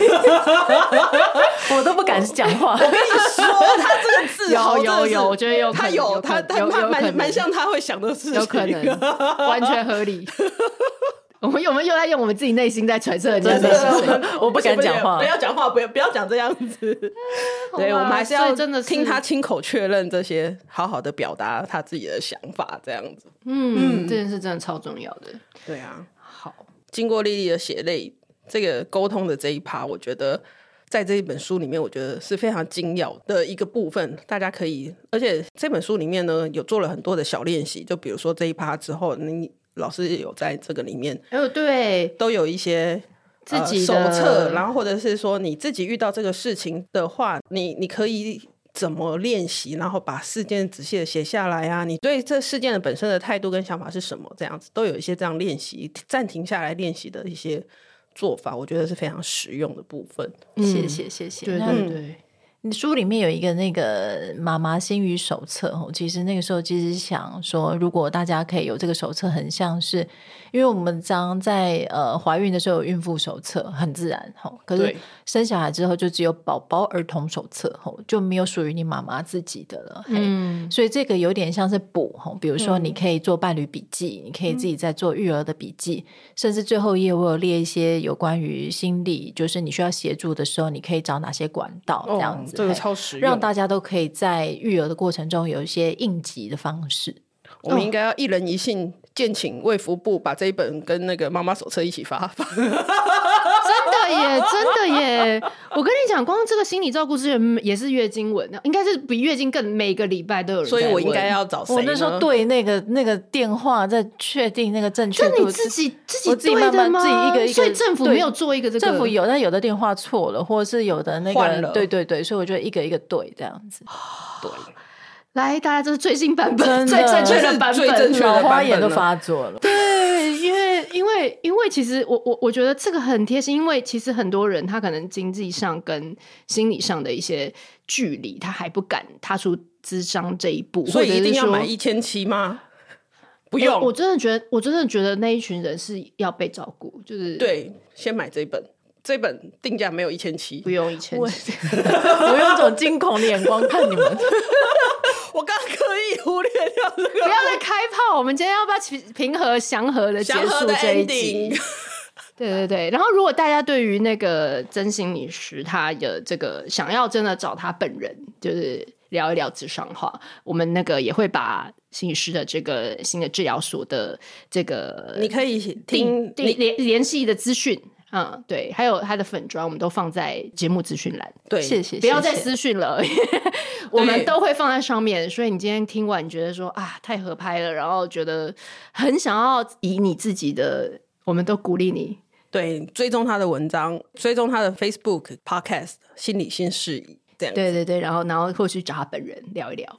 我都不敢讲话。 我跟你说他这个自豪有有有我觉得有他有他他蛮蛮像他会想的事情， 有可能完全合理。我们我们又在用我们自己内心在揣测人家的事情， 我不敢讲话， 不要讲话，不要不要讲这样子。对，我们还是要听他亲口确认这些，好好的表达他自己的想法，这样子。 嗯，这件事真的超重要的。 对啊， 好， 经过丽丽的血泪。这个沟通的这一趴，我觉得在这一本书里面，我觉得是非常精要的一个部分。大家可以，而且这本书里面呢，有做了很多的小练习。就比如说这一趴之后，你老师有在这个里面， 哦，对， 都有一些自己的、呃、手册，然后或者是说你自己遇到这个事情的话，你你可以怎么练习，然后把事件仔细的写下来啊，你对这事件的本身的态度跟想法是什么，这样子都有一些这样练习，暂停下来练习的一些做法，我觉得是非常实用的部分。 嗯、谢谢谢谢。 对对对， 你书里面有一个那个妈妈心语手册，其实那个时候其实想说，如果大家可以有这个手册，很像是因为我们常在呃怀孕的时候有孕妇手册，很自然，可是生小孩之后就只有宝宝儿童手册，就没有属于你妈妈自己的了。嗯，所以这个有点像是补，比如说你可以做伴侣笔记，嗯、你可以自己在做育儿的笔记，嗯、甚至最后一页我有列一些有关于心理，就是你需要协助的时候，你可以找哪些管道，这样子。 这个超实用， 让大家都可以在育儿的过程中有一些应急的方式。 我们应该要一人一信，建请卫福部把这一本跟那个妈妈手册一起发。 真的耶，真的耶！我跟你讲，光这个心理照顾资源也是月经文，应该是比月经更，每个礼拜都有人在问。 所以我应该要找谁呢？ 我那时候对那个那个电话在确定那个正确度， 这你自己自己我自己慢慢自己一个一个， 所以政府没有做一个这个， 政府有，但有的电话错了，或者是有的那个，对对对，所以我就一个一个对这样子。 对。 来，大家这是最新版本， 最正确的版本， 最正确的版本， 老花眼都发作了。 对，因为因为因为其实我我我觉得这个很贴心，因为其实很多人他可能经济上跟心理上的一些距离，他还不敢踏出諮商这一步， 所以一定要买一千七吗？不用、 欸，我真的觉得，我真的觉得那一群人是要被照顾，就是对，先买这一本。这本定价没有一千七， 不用一千七。 我用一种惊恐的眼光看你们。 我刚刻意忽略掉这个， 不要再开炮。我们今天要不要平和祥和的结束这一集？对对对。然后，如果大家对于那个曾心理师他的这个想要真的找他本人，就是聊一聊諮商话，我们那个也会把心理师的这个新的治疗所的这个， 你可以听联联系的资讯。嗯，对，还有他的粉专，我们都放在节目资讯栏。 对， 谢谢， 不要再私讯了，我们都会放在上面。所以你今天听完，你觉得说啊，太合拍了，然后觉得很想要以你自己的，我们都鼓励你。 对，追踪他的文章，追踪他的 Facebook、Podcast， 心理新事宜，这样。 对对对，然后然后或许找他本人聊一聊。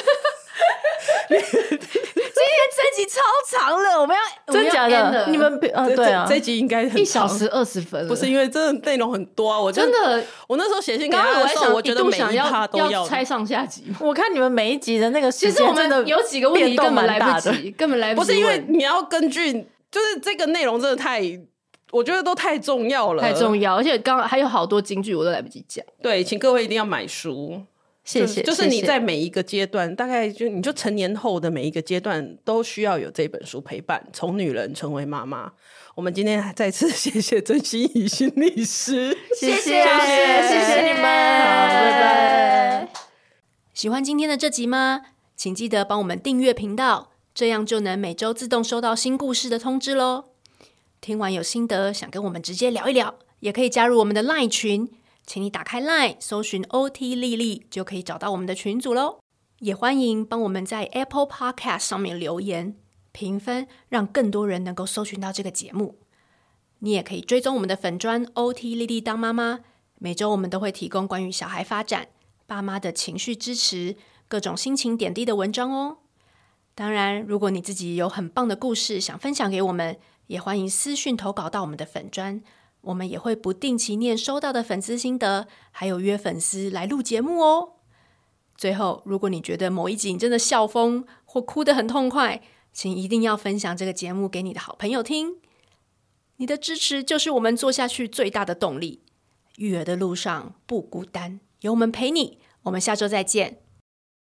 今天这集超长了，我们要真假的？你们啊，对啊，这集应该很一小时二十分了， 不是因为真的内容很多啊！我真的， 我那时候写信给他的时候，我觉得每一趴都要拆上下集。 我看你们每一集的那个时间， 其实我们有几个问题根本来不及，根本来不及。 不是因为你要根据，就是这个内容真的太，我觉得都太重要了， 太重要，而且刚刚还有好多金句我都来不及讲。 对，请各位一定要买书。 谢谢， 就是你在每一个阶段，大概就你就成年后的每一个阶段，都需要有这本书陪伴。从女人成为妈妈，我们今天再次谢谢曾心怡心理师， 谢谢，谢谢，谢谢你们，拜拜。 喜欢今天的这集吗？请记得帮我们订阅频道，这样就能每周自动收到新故事的通知咯。听完有心得，想跟我们直接聊一聊，也可以加入我们的 LINE 群。请你打开 LINE 搜寻 O T 丽丽，就可以找到我们的群组咯。也欢迎帮我们在 Apple Podcast 上面留言评分，让更多人能够搜寻到这个节目。你也可以追踪我们的粉专 O T 丽丽当妈妈，每周我们都会提供关于小孩发展、爸妈的情绪支持、各种心情点滴的文章哦。当然，如果你自己有很棒的故事想分享给我们，也欢迎私讯投稿到我们的粉专，我们也会不定期念收到的粉丝心得，还有约粉丝来录节目哦。最后，如果你觉得某一集你真的笑疯或哭得很痛快，请一定要分享这个节目给你的好朋友听。你的支持就是我们做下去最大的动力。育儿的路上不孤单，有我们陪你。我们下周再见，